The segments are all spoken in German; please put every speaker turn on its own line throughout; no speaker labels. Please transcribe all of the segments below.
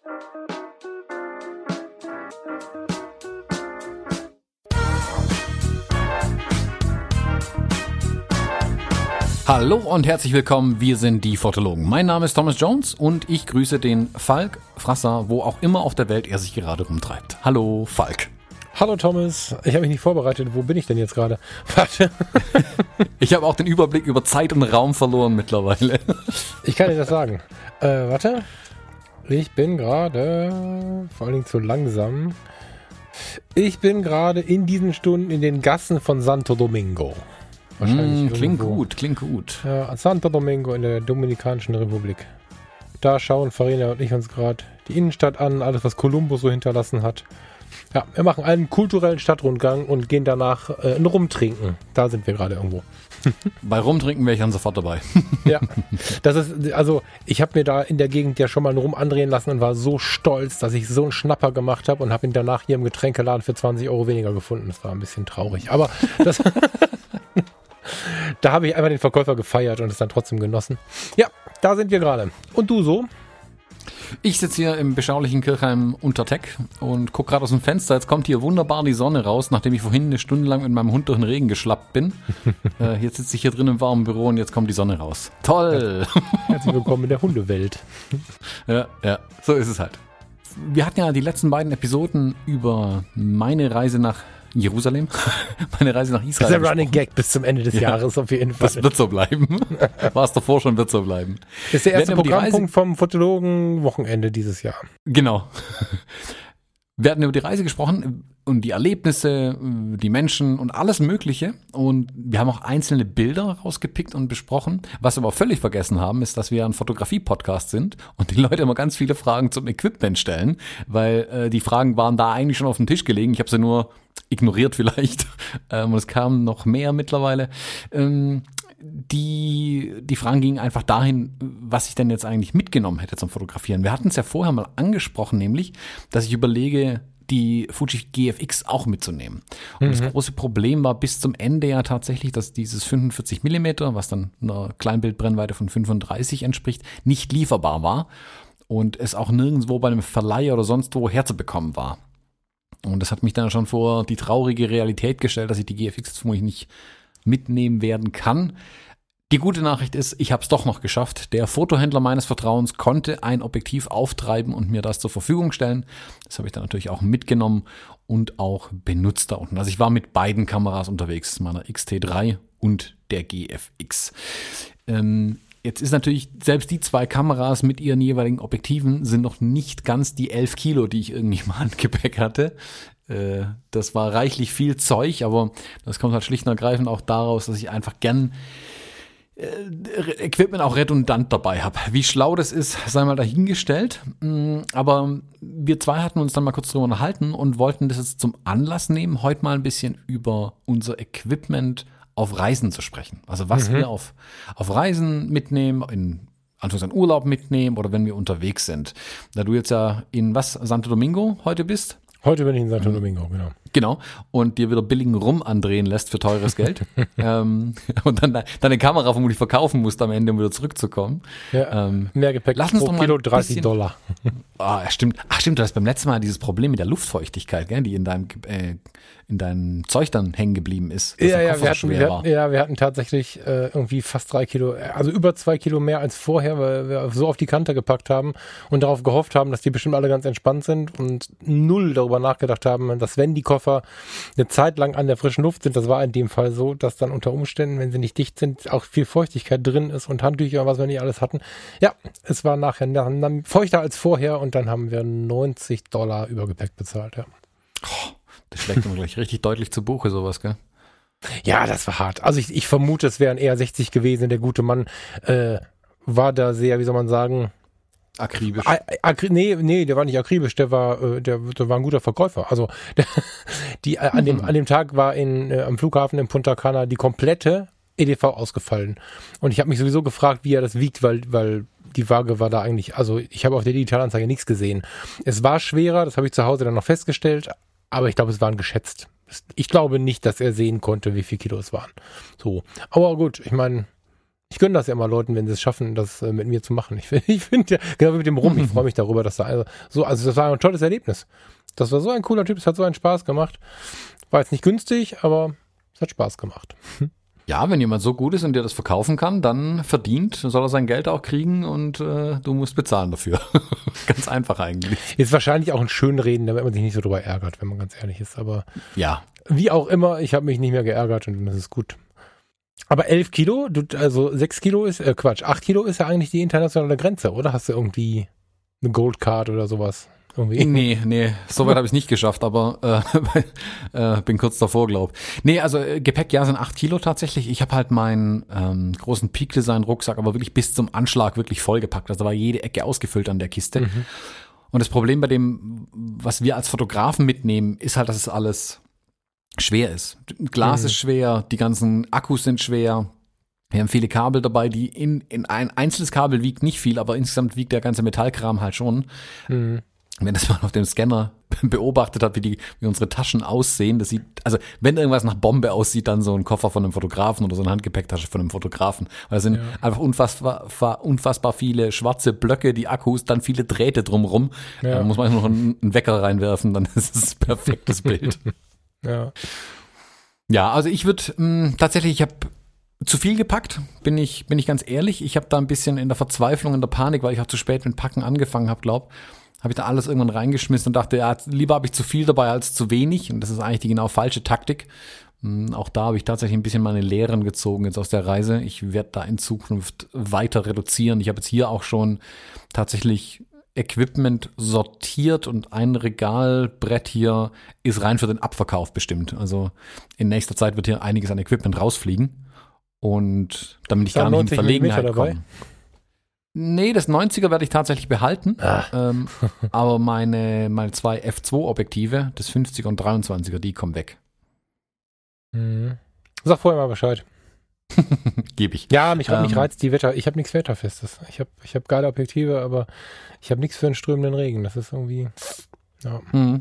Hallo und herzlich willkommen, wir sind die Fotologen. Mein Name ist Thomas Jones und ich grüße den Falk Frasser, wo auch immer auf der Welt er sich gerade rumtreibt. Hallo Falk.
Hallo Thomas, ich habe mich nicht vorbereitet. Wo bin ich denn jetzt gerade? Warte.
Ich habe auch den Überblick über Zeit und Raum verloren mittlerweile.
Ich kann dir das sagen. Warte. Ich bin gerade, vor allen Dingen zu langsam. Ich bin gerade in diesen Stunden in den Gassen von Santo Domingo. Wahrscheinlich
klingt gut.
Ja, Santo Domingo in der Dominikanischen Republik. Da schauen Farina und ich uns gerade die Innenstadt an, alles was Kolumbus so hinterlassen hat. Ja, wir machen einen kulturellen Stadtrundgang und gehen danach ein Rumtrinken. Da sind wir gerade irgendwo.
Bei Rumtrinken wäre ich dann sofort dabei.
Ja, das ist, also ich habe mir da in der Gegend ja schon mal einen Rum andrehen lassen und war so stolz, dass ich so einen Schnapper gemacht habe und habe ihn danach hier im Getränkeladen für 20 Euro weniger gefunden. Das war ein bisschen traurig, aber das... Da habe ich einfach den Verkäufer gefeiert und es dann trotzdem genossen. Ja, da sind wir gerade. Und du so?
Ich sitze hier im beschaulichen Kirchheim unter Teck und gucke gerade aus dem Fenster. Jetzt kommt hier wunderbar die Sonne raus, nachdem ich vorhin eine Stunde lang mit meinem Hund durch den Regen geschlappt bin. Jetzt sitze ich hier drin im warmen Büro und jetzt kommt die Sonne raus. Toll!
Herzlich willkommen in der Hundewelt.
Ja, so ist es halt. Wir hatten ja die letzten beiden Episoden über meine Reise nach Jerusalem, meine Reise nach Israel.
Das ist der Running Gag bis zum Ende des Jahres auf jeden Fall.
Das wird so bleiben. War es davor schon, wird so bleiben.
Das ist der erste Programmpunkt vom Fotologen-Wochenende dieses Jahr.
Genau. Wir hatten über die Reise gesprochen und die Erlebnisse, die Menschen und alles Mögliche. Und wir haben auch einzelne Bilder rausgepickt und besprochen. Was wir aber völlig vergessen haben, ist, dass wir ein Fotografie-Podcast sind und die Leute immer ganz viele Fragen zum Equipment stellen, weil die Fragen waren da eigentlich schon auf dem Tisch gelegen. Ich habe sie nur ignoriert vielleicht. Und es kamen noch mehr mittlerweile. Die Fragen gingen einfach dahin, was ich denn jetzt eigentlich mitgenommen hätte zum Fotografieren. Wir hatten es ja vorher mal angesprochen, nämlich, dass ich überlege, die Fuji GFX auch mitzunehmen. Und das große Problem war bis zum Ende ja tatsächlich, dass dieses 45 mm, was dann einer Kleinbildbrennweite von 35 entspricht, nicht lieferbar war und es auch nirgendwo bei einem Verleih oder sonst wo herzubekommen war. Und das hat mich dann schon vor die traurige Realität gestellt, dass ich die GFX jetzt vermutlich nicht mitnehmen werden kann. Die gute Nachricht ist, ich habe es doch noch geschafft. Der Fotohändler meines Vertrauens konnte ein Objektiv auftreiben und mir das zur Verfügung stellen. Das habe ich dann natürlich auch mitgenommen und auch benutzt da unten. Also ich war mit beiden Kameras unterwegs, meiner X-T3 und der GFX. Jetzt ist natürlich, selbst die zwei Kameras mit ihren jeweiligen Objektiven sind noch nicht ganz die 11 Kilo, die ich irgendwie mal im Gepäck hatte. Das war reichlich viel Zeug, aber das kommt halt schlicht und ergreifend auch daraus, dass ich einfach gern Equipment auch redundant dabei habe. Wie schlau das ist, sei mal dahingestellt. Aber wir zwei hatten uns dann mal kurz drüber unterhalten und wollten das jetzt zum Anlass nehmen, heute mal ein bisschen über unser Equipment auf Reisen zu sprechen. Also was wir auf Reisen mitnehmen, in Anführungszeichen Urlaub mitnehmen oder wenn wir unterwegs sind. Da du jetzt ja in Santo Domingo heute bist?
Heute bin ich in Santo Domingo, genau.
Genau, und dir wieder billigen Rum andrehen lässt für teures Geld. Und dann deine Kamera vermutlich verkaufen musst am Ende, um wieder zurückzukommen.
Ja, mehr Gepäck pro Kilo $30.
Stimmt. Ach stimmt, du hast beim letzten Mal dieses Problem mit der Luftfeuchtigkeit, gell, die in deinem Zeug dann hängen geblieben ist.
Ja, wir hatten tatsächlich irgendwie fast 3 Kilo, also über 2 Kilo mehr als vorher, weil wir so auf die Kante gepackt haben und darauf gehofft haben, dass die bestimmt alle ganz entspannt sind und null darüber nachgedacht haben, dass wenn die Koffer eine Zeit lang an der frischen Luft sind, das war in dem Fall so, dass dann unter Umständen, wenn sie nicht dicht sind, auch viel Feuchtigkeit drin ist und Handtücher und was wir nicht alles hatten. Ja, es war nachher feuchter als vorher und dann haben wir $90 Übergepäck bezahlt, ja.
Das schlägt immer gleich richtig deutlich zu Buche, sowas, gell?
Ja, das war hart. Also ich vermute, es wären eher 60 gewesen. Der gute Mann war da sehr, wie soll man sagen,
akribisch.
Nee, der war nicht akribisch, der war ein guter Verkäufer. Also an dem Tag war am Flughafen in Punta Cana die komplette EDV ausgefallen. Und ich habe mich sowieso gefragt, wie er das wiegt, weil die Waage war da eigentlich, also ich habe auf der Digitalanzeige nichts gesehen. Es war schwerer, das habe ich zu Hause dann noch festgestellt, aber ich glaube, es waren geschätzt. Ich glaube nicht, dass er sehen konnte, wie viel Kilo es waren. So. Aber gut, ich meine, Ich gönne das ja immer Leuten, wenn sie es schaffen, das mit mir zu machen. Ich finde ja, genau wie mit dem Rum, ich freue mich darüber, dass da also das war ein tolles Erlebnis. Das war so ein cooler Typ, es hat so einen Spaß gemacht. War jetzt nicht günstig, aber es hat Spaß gemacht.
Ja, wenn jemand so gut ist und dir das verkaufen kann, dann soll er sein Geld auch kriegen und du musst bezahlen dafür. Ganz einfach eigentlich.
Ist wahrscheinlich auch ein Schönreden, damit man sich nicht so drüber ärgert, wenn man ganz ehrlich ist. Aber
ja,
wie auch immer, ich habe mich nicht mehr geärgert und das ist gut. Aber 11 Kilo, also 6 Kilo 8 Kilo ist ja eigentlich die internationale Grenze, oder? Hast du irgendwie eine Gold Card oder sowas? Irgendwie?
Nee, so weit habe ich es nicht geschafft, aber bin kurz davor, glaub. Nee, also Gepäck, ja, sind 8 Kilo tatsächlich. Ich habe halt meinen großen Peak Design Rucksack aber wirklich bis zum Anschlag wirklich vollgepackt. Also da war jede Ecke ausgefüllt an der Kiste. Mhm. Und das Problem bei dem, was wir als Fotografen mitnehmen, ist halt, dass es alles schwer ist. Glas ist schwer, die ganzen Akkus sind schwer. Wir haben viele Kabel dabei, die in ein einzelnes Kabel wiegt nicht viel, aber insgesamt wiegt der ganze Metallkram halt schon. Mhm. Wenn das mal auf dem Scanner beobachtet hat, wie unsere Taschen aussehen, das sieht, also wenn irgendwas nach Bombe aussieht, dann so ein Koffer von einem Fotografen oder so eine Handgepäcktasche von einem Fotografen. Weil es sind einfach unfassbar viele schwarze Blöcke, die Akkus, dann viele Drähte drumrum. Da muss man noch einen Wecker reinwerfen, dann ist es ein perfektes Bild. Ja, also ich würde tatsächlich, ich habe zu viel gepackt, bin ich ganz ehrlich. Ich habe da ein bisschen in der Verzweiflung, in der Panik, weil ich auch zu spät mit Packen angefangen habe, habe ich da alles irgendwann reingeschmissen und dachte, ja, lieber habe ich zu viel dabei als zu wenig. Und das ist eigentlich die genau falsche Taktik. Auch da habe ich tatsächlich ein bisschen meine Lehren gezogen jetzt aus der Reise. Ich werde da in Zukunft weiter reduzieren. Ich habe jetzt hier auch schon tatsächlich Equipment sortiert und ein Regalbrett hier ist rein für den Abverkauf bestimmt. Also in nächster Zeit wird hier einiges an Equipment rausfliegen. Und damit ich gar nicht in Verlegenheit komme. Nee, das 90er werde ich tatsächlich behalten. Aber meine 2 F2-Objektive, das 50er und 23er, die kommen weg.
Sag vorher mal Bescheid.
Gebe ich.
Ja, mich reizt die Wetter. Ich habe nichts Wetterfestes. Ich hab geile Objektive, aber ich habe nichts für einen strömenden Regen. Das ist irgendwie, ja.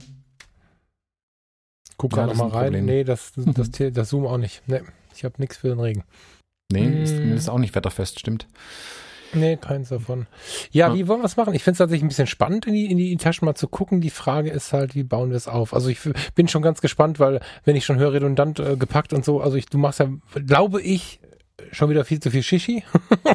Guck da noch mal rein. Problem. Nee, das Zoom auch nicht. Nee, ich habe nichts für den Regen.
Nee, ist auch nicht wetterfest, stimmt.
Nee, keins davon. Ja, wie wollen wir es machen? Ich finde es tatsächlich ein bisschen spannend, in die Taschen mal zu gucken. Die Frage ist halt, wie bauen wir es auf? Also ich bin schon ganz gespannt, weil wenn ich schon höre, redundant gepackt und so, also du machst ja, glaube ich, schon wieder viel zu viel Shishi.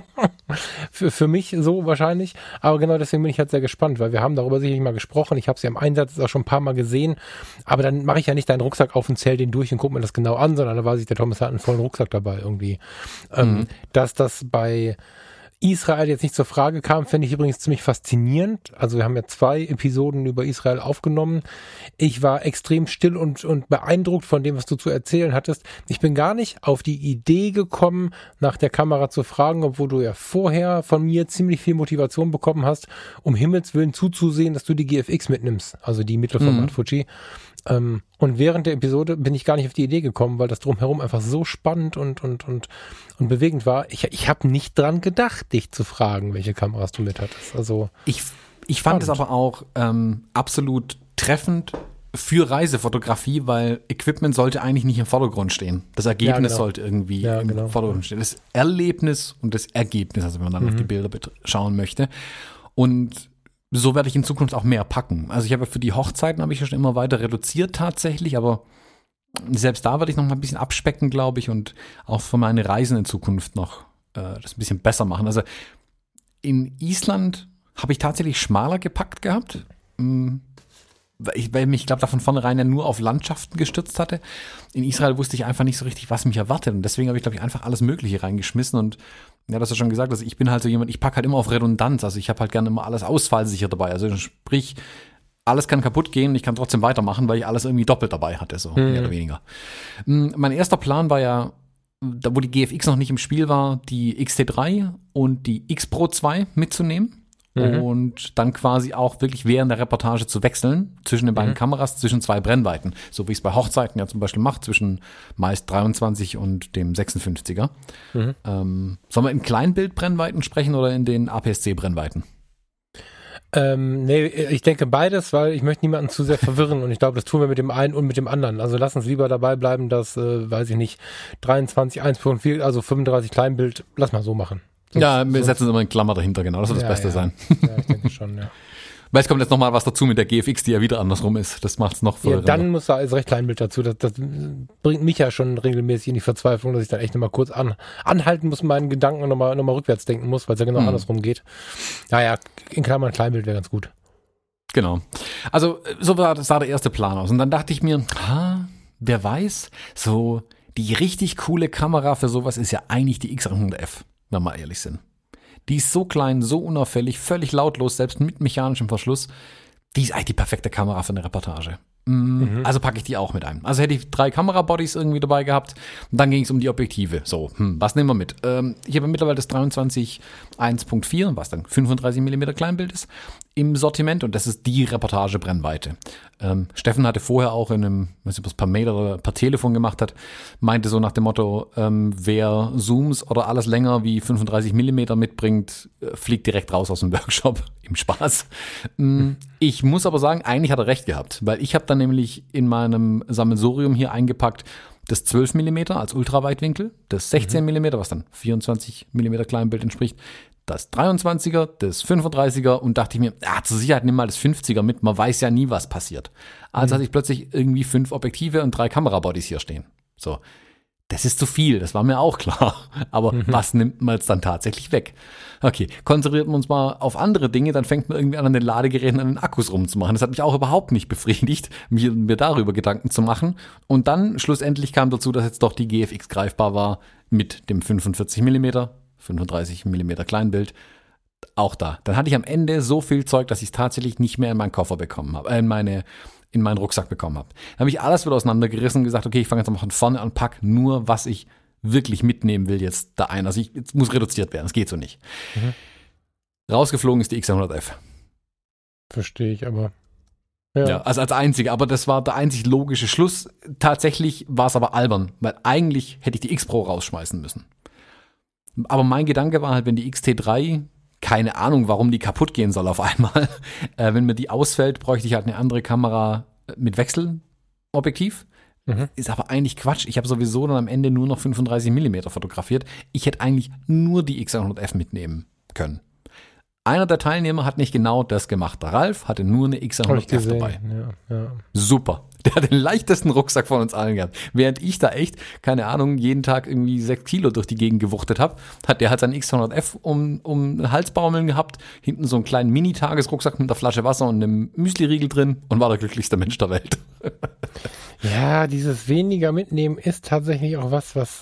für mich so wahrscheinlich. Aber genau deswegen bin ich halt sehr gespannt, weil wir haben darüber sicherlich mal gesprochen. Ich habe es ja im Einsatz auch schon ein paar Mal gesehen. Aber dann mache ich ja nicht deinen Rucksack auf und zähle den durch und gucke mir das genau an, sondern da weiß ich, der Thomas hat einen vollen Rucksack dabei irgendwie. Dass das bei Israel jetzt nicht zur Frage kam, finde ich übrigens ziemlich faszinierend. Also wir haben ja 2 Episoden über Israel aufgenommen. Ich war extrem still und beeindruckt von dem, was du zu erzählen hattest. Ich bin gar nicht auf die Idee gekommen, nach der Kamera zu fragen, obwohl du ja vorher von mir ziemlich viel Motivation bekommen hast, um Himmels Willen zuzusehen, dass du die GFX mitnimmst, also die Mittelformat Fuji. Und während der Episode bin ich gar nicht auf die Idee gekommen, weil das drumherum einfach so spannend und bewegend war. Ich habe nicht dran gedacht, dich zu fragen, welche Kameras du mit hattest. Also
ich fand es aber auch absolut treffend für Reisefotografie, weil Equipment sollte eigentlich nicht im Vordergrund stehen. Das Ergebnis sollte irgendwie im Vordergrund stehen. Das Erlebnis und das Ergebnis, also wenn man dann auf die Bilder schauen möchte. Und so werde ich in Zukunft auch mehr packen. Also ich habe für die Hochzeiten habe ich ja schon immer weiter reduziert tatsächlich, aber selbst da werde ich noch mal ein bisschen abspecken, glaube ich, und auch für meine Reisen in Zukunft noch das ein bisschen besser machen. Also in Island habe ich tatsächlich schmaler gepackt gehabt, weil mich, glaube davon vornherein ja nur auf Landschaften gestürzt hatte. In Israel wusste ich einfach nicht so richtig, was mich erwartet. Und deswegen habe ich, glaube ich, einfach alles Mögliche reingeschmissen. Und ja, das hast du schon gesagt, also ich bin halt so jemand, ich packe halt immer auf Redundanz. Also ich habe halt gerne immer alles ausfallsicher dabei. Also sprich, alles kann kaputt gehen und ich kann trotzdem weitermachen, weil ich alles irgendwie doppelt dabei hatte, so mehr oder weniger. Mein erster Plan war ja, da wo die GFX noch nicht im Spiel war, die X-T3 und die X-Pro 2 mitzunehmen. Und dann quasi auch wirklich während der Reportage zu wechseln zwischen den beiden Kameras, zwischen 2 Brennweiten. So wie ich es bei Hochzeiten ja zum Beispiel mache, zwischen meist 23 und dem 56er. Sollen wir in Kleinbildbrennweiten sprechen oder in den APS-C-Brennweiten?
Nee, ich denke beides, weil ich möchte niemanden zu sehr verwirren und ich glaube, das tun wir mit dem einen und mit dem anderen. Also lass uns lieber dabei bleiben, dass, weiß ich nicht, 23 1.4, also 35 Kleinbild, lass mal so machen.
Wir setzen immer eine Klammer dahinter, genau, das wird das Beste sein.
Ja, ich denke schon, ja.
Weil es kommt jetzt nochmal was dazu mit der GFX, die ja wieder andersrum ist. Das macht es noch verwirrender.
Ja, dann muss da als recht Kleinbild dazu. Das bringt mich ja schon regelmäßig in die Verzweiflung, dass ich dann echt nochmal kurz anhalten muss, meinen Gedanken und nochmal rückwärts denken muss, weil es ja genau andersrum geht. Naja, in Klammern Kleinbild wäre ganz gut.
Genau. Also so sah der erste Plan aus. Und dann dachte ich mir, wer weiß, so die richtig coole Kamera für sowas ist ja eigentlich die X100F, wenn wir mal ehrlich sind. Die ist so klein, so unauffällig, völlig lautlos, selbst mit mechanischem Verschluss. Die ist eigentlich die perfekte Kamera für eine Reportage. Also packe ich die auch mit ein. Also hätte ich 3 Kamerabodies irgendwie dabei gehabt. Und dann ging es um die Objektive. So, was nehmen wir mit? Ich habe mittlerweile das 23 1.4, was dann 35 mm Kleinbild ist, im Sortiment. Und das ist die Reportagebrennweite. Steffen hatte vorher auch in einem, ich weiß nicht, ob es per Mail oder per Telefon gemacht hat, meinte so nach dem Motto, wer Zooms oder alles länger wie 35 mm mitbringt, fliegt direkt raus aus dem Workshop. Im Spaß. Ich muss aber sagen, eigentlich hat er recht gehabt, weil ich habe dann nämlich in meinem Sammelsurium hier eingepackt das 12 mm als Ultraweitwinkel, das 16 mm, was dann 24 mm Kleinbild entspricht, das 23er, das 35er und dachte ich mir, zur Sicherheit nimm mal das 50er mit, man weiß ja nie, was passiert. Also hatte ich plötzlich irgendwie 5 Objektive und 3 Kamerabodies hier stehen. So, das ist zu viel, das war mir auch klar. Aber was nimmt man jetzt dann tatsächlich weg? Okay, konzentriert man uns mal auf andere Dinge, dann fängt man irgendwie an den Ladegeräten, an den Akkus rumzumachen. Das hat mich auch überhaupt nicht befriedigt, mir darüber Gedanken zu machen. Und dann schlussendlich kam dazu, dass jetzt doch die GFX greifbar war mit dem 45 mm, 35 mm Kleinbild. Auch da. Dann hatte ich am Ende so viel Zeug, dass ich es tatsächlich nicht mehr in meinen Koffer bekommen habe, in meinen Rucksack bekommen habe. Dann habe ich alles wieder auseinandergerissen und gesagt, okay, ich fange jetzt mal von vorne an und pack nur, was ich wirklich mitnehmen will jetzt da ein. Also jetzt muss reduziert werden, das geht so nicht. Rausgeflogen ist die X100F.
Verstehe ich, aber
ja, also als einzige, aber das war der einzig logische Schluss. Tatsächlich war es aber albern, weil eigentlich hätte ich die X Pro rausschmeißen müssen. Aber mein Gedanke war halt, wenn die XT3, keine Ahnung, warum die kaputt gehen soll auf einmal, wenn mir die ausfällt, bräuchte ich halt eine andere Kamera mit Wechselobjektiv. Ist aber eigentlich Quatsch. Ich habe sowieso dann am Ende nur noch 35 mm fotografiert. Ich hätte eigentlich nur die X100F mitnehmen können. Einer der Teilnehmer hat nicht genau das gemacht. Der Ralf hatte nur eine X100F dabei.
Ja.
Super. Der hat den leichtesten Rucksack von uns allen gehabt. Während ich da echt, keine Ahnung, jeden Tag irgendwie 6 Kilo durch die Gegend gewuchtet habe, hat der halt seinen X100F um den Hals baumeln gehabt, hinten so einen kleinen Mini-Tagesrucksack mit einer Flasche Wasser und einem Müsli-Riegel drin und war der glücklichste Mensch der Welt.
Ja, dieses weniger mitnehmen ist tatsächlich auch was das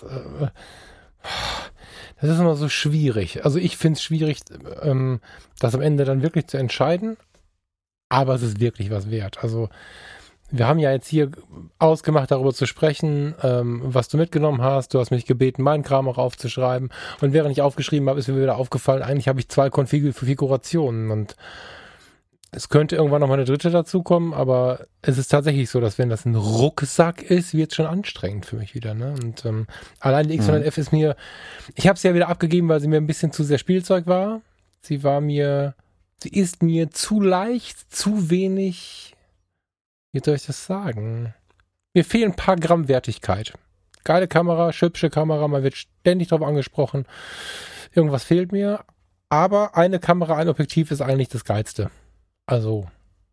ist immer so schwierig. Also ich finde es schwierig, das am Ende dann wirklich zu entscheiden, aber es ist wirklich was wert. Also wir haben ja jetzt hier ausgemacht, darüber zu sprechen, was du mitgenommen hast. Du hast mich gebeten, meinen Kram auch aufzuschreiben. Und während ich aufgeschrieben habe, ist mir wieder aufgefallen, eigentlich habe ich 2 Konfigurationen und es könnte irgendwann noch mal eine dritte dazukommen, aber es ist tatsächlich so, dass wenn das ein Rucksack ist, wird es schon anstrengend für mich wieder. Ne? Und allein die X100F ist mir, ich habe sie ja wieder abgegeben, weil sie mir ein bisschen zu sehr Spielzeug war. Sie ist mir zu leicht, zu wenig, wie soll ich das sagen? Mir fehlen ein paar Gramm Wertigkeit. Geile Kamera, hübsche Kamera, man wird ständig drauf angesprochen. Irgendwas fehlt mir, aber eine Kamera, ein Objektiv ist eigentlich das Geilste. Also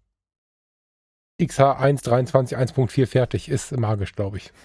XH1 23 1.4 fertig, ist magisch, glaube ich.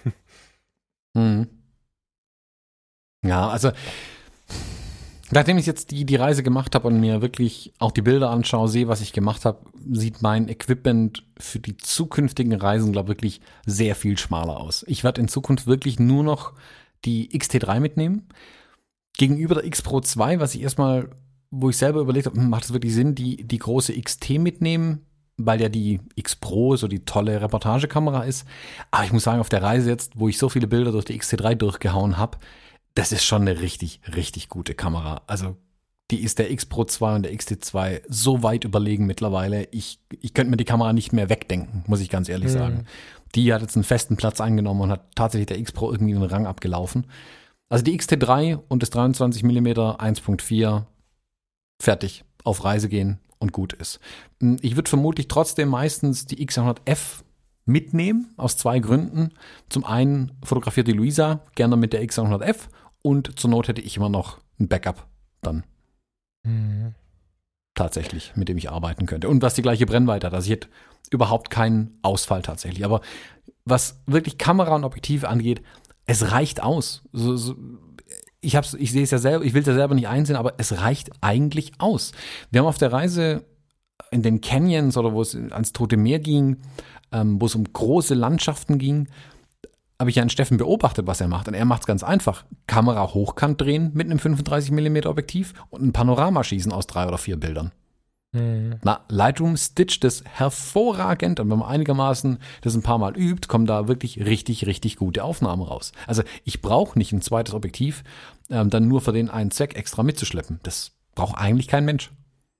Ja, also nachdem ich jetzt die Reise gemacht habe und mir wirklich auch die Bilder anschaue, sehe, was ich gemacht habe, sieht mein Equipment für die zukünftigen Reisen, glaube ich, wirklich sehr viel schmaler aus. Ich werde in Zukunft wirklich nur noch die XT3 mitnehmen. Gegenüber der X Pro 2, was ich erstmal, wo ich selber überlegt habe, macht es wirklich Sinn, die große XT mitnehmen, weil ja die X Pro so die tolle Reportagekamera ist. Aber ich muss sagen, auf der Reise jetzt, wo ich so viele Bilder durch die XT3 durchgehauen habe, das ist schon eine richtig, richtig gute Kamera. Also die ist der X Pro 2 und der XT2 so weit überlegen mittlerweile. Ich könnte mir die Kamera nicht mehr wegdenken, muss ich ganz ehrlich sagen. Die hat jetzt einen festen Platz eingenommen und hat tatsächlich der X Pro irgendwie einen Rang abgelaufen. Also die XT3 und das 23 mm 1.4 fertig auf Reise gehen und gut ist. Ich würde vermutlich trotzdem meistens die X100F mitnehmen, aus 2 Gründen. Zum einen fotografiert die Luisa gerne mit der X100F und zur Not hätte ich immer noch ein Backup dann. Tatsächlich, mit dem ich arbeiten könnte. Und was die gleiche Brennweite hat. Also ich hätte überhaupt keinen Ausfall tatsächlich. Aber was wirklich Kamera und Objektive angeht, es reicht aus. Ich sehe es ja selber, ich will es ja selber nicht einsehen, aber es reicht eigentlich aus. Wir haben auf der Reise in den Canyons oder wo es ans Tote Meer ging, wo es um große Landschaften ging, habe ich ja einen Steffen beobachtet, was er macht. Und er macht es ganz einfach. Kamera hochkant drehen mit einem 35mm Objektiv und ein Panorama schießen aus 3 oder 4 Bildern. Na, Lightroom stitcht das hervorragend und wenn man einigermaßen das ein paar Mal übt, kommen da wirklich richtig, richtig gute Aufnahmen raus. Also ich brauche nicht ein zweites Objektiv, dann nur für den einen Zweck extra mitzuschleppen. Das braucht eigentlich kein Mensch.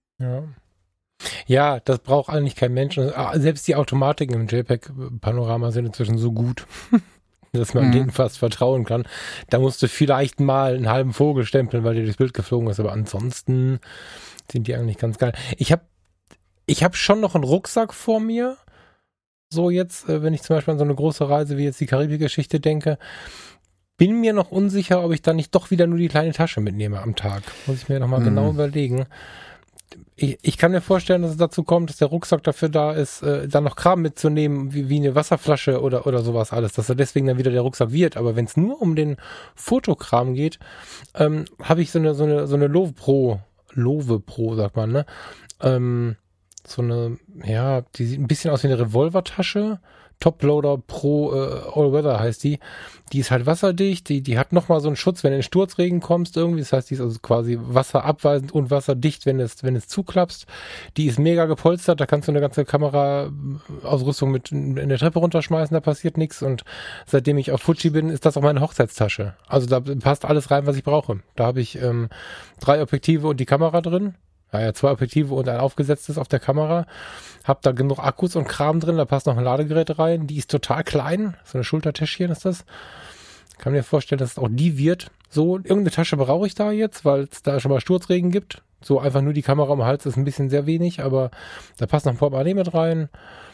Ja, das braucht eigentlich kein Mensch. Selbst die Automatiken im JPEG-Panorama sind inzwischen so gut, dass man denen fast vertrauen kann. Da musst du vielleicht mal einen halben Vogel stempeln, weil dir durchs Bild geflogen ist, aber ansonsten sind die eigentlich ganz geil. Ich hab schon noch einen Rucksack vor mir. So jetzt, wenn ich zum Beispiel an so eine große Reise wie jetzt die Karibik-Geschichte denke, bin mir noch unsicher, ob ich dann nicht doch wieder nur die kleine Tasche mitnehme am Tag. Muss ich mir nochmal genau überlegen. Ich kann mir vorstellen, dass es dazu kommt, dass der Rucksack dafür da ist, dann noch Kram mitzunehmen, wie eine Wasserflasche oder sowas alles, dass er deswegen dann wieder der Rucksack wird. Aber wenn es nur um den Fotokram geht, habe ich so eine Love Pro, sagt man, ne? So eine, ja, die sieht ein bisschen aus wie eine Revolvertasche. Toploader Pro All-Weather heißt die. Die ist halt wasserdicht, die hat nochmal so einen Schutz, wenn du in Sturzregen kommst irgendwie. Das heißt, die ist also quasi wasserabweisend und wasserdicht, wenn es zuklappst. Die ist mega gepolstert, da kannst du eine ganze Kameraausrüstung mit in der Treppe runterschmeißen, da passiert nichts. Und seitdem ich auf Fuji bin, ist das auch meine Hochzeitstasche. Also da passt alles rein, was ich brauche. Da habe ich 3 Objektive und die Kamera drin. Ja, 2 Objektive und ein aufgesetztes auf der Kamera. Hab da genug Akkus und Kram drin, da passt noch ein Ladegerät rein. Die ist total klein, so eine Schultertäschchen ist das. Kann mir vorstellen, dass es auch die wird. So, irgendeine Tasche brauche ich da jetzt, weil es da schon mal Sturzregen gibt. So einfach nur die Kamera am Hals ist ein bisschen sehr wenig, aber da passt noch ein Portemonnaie mit rein.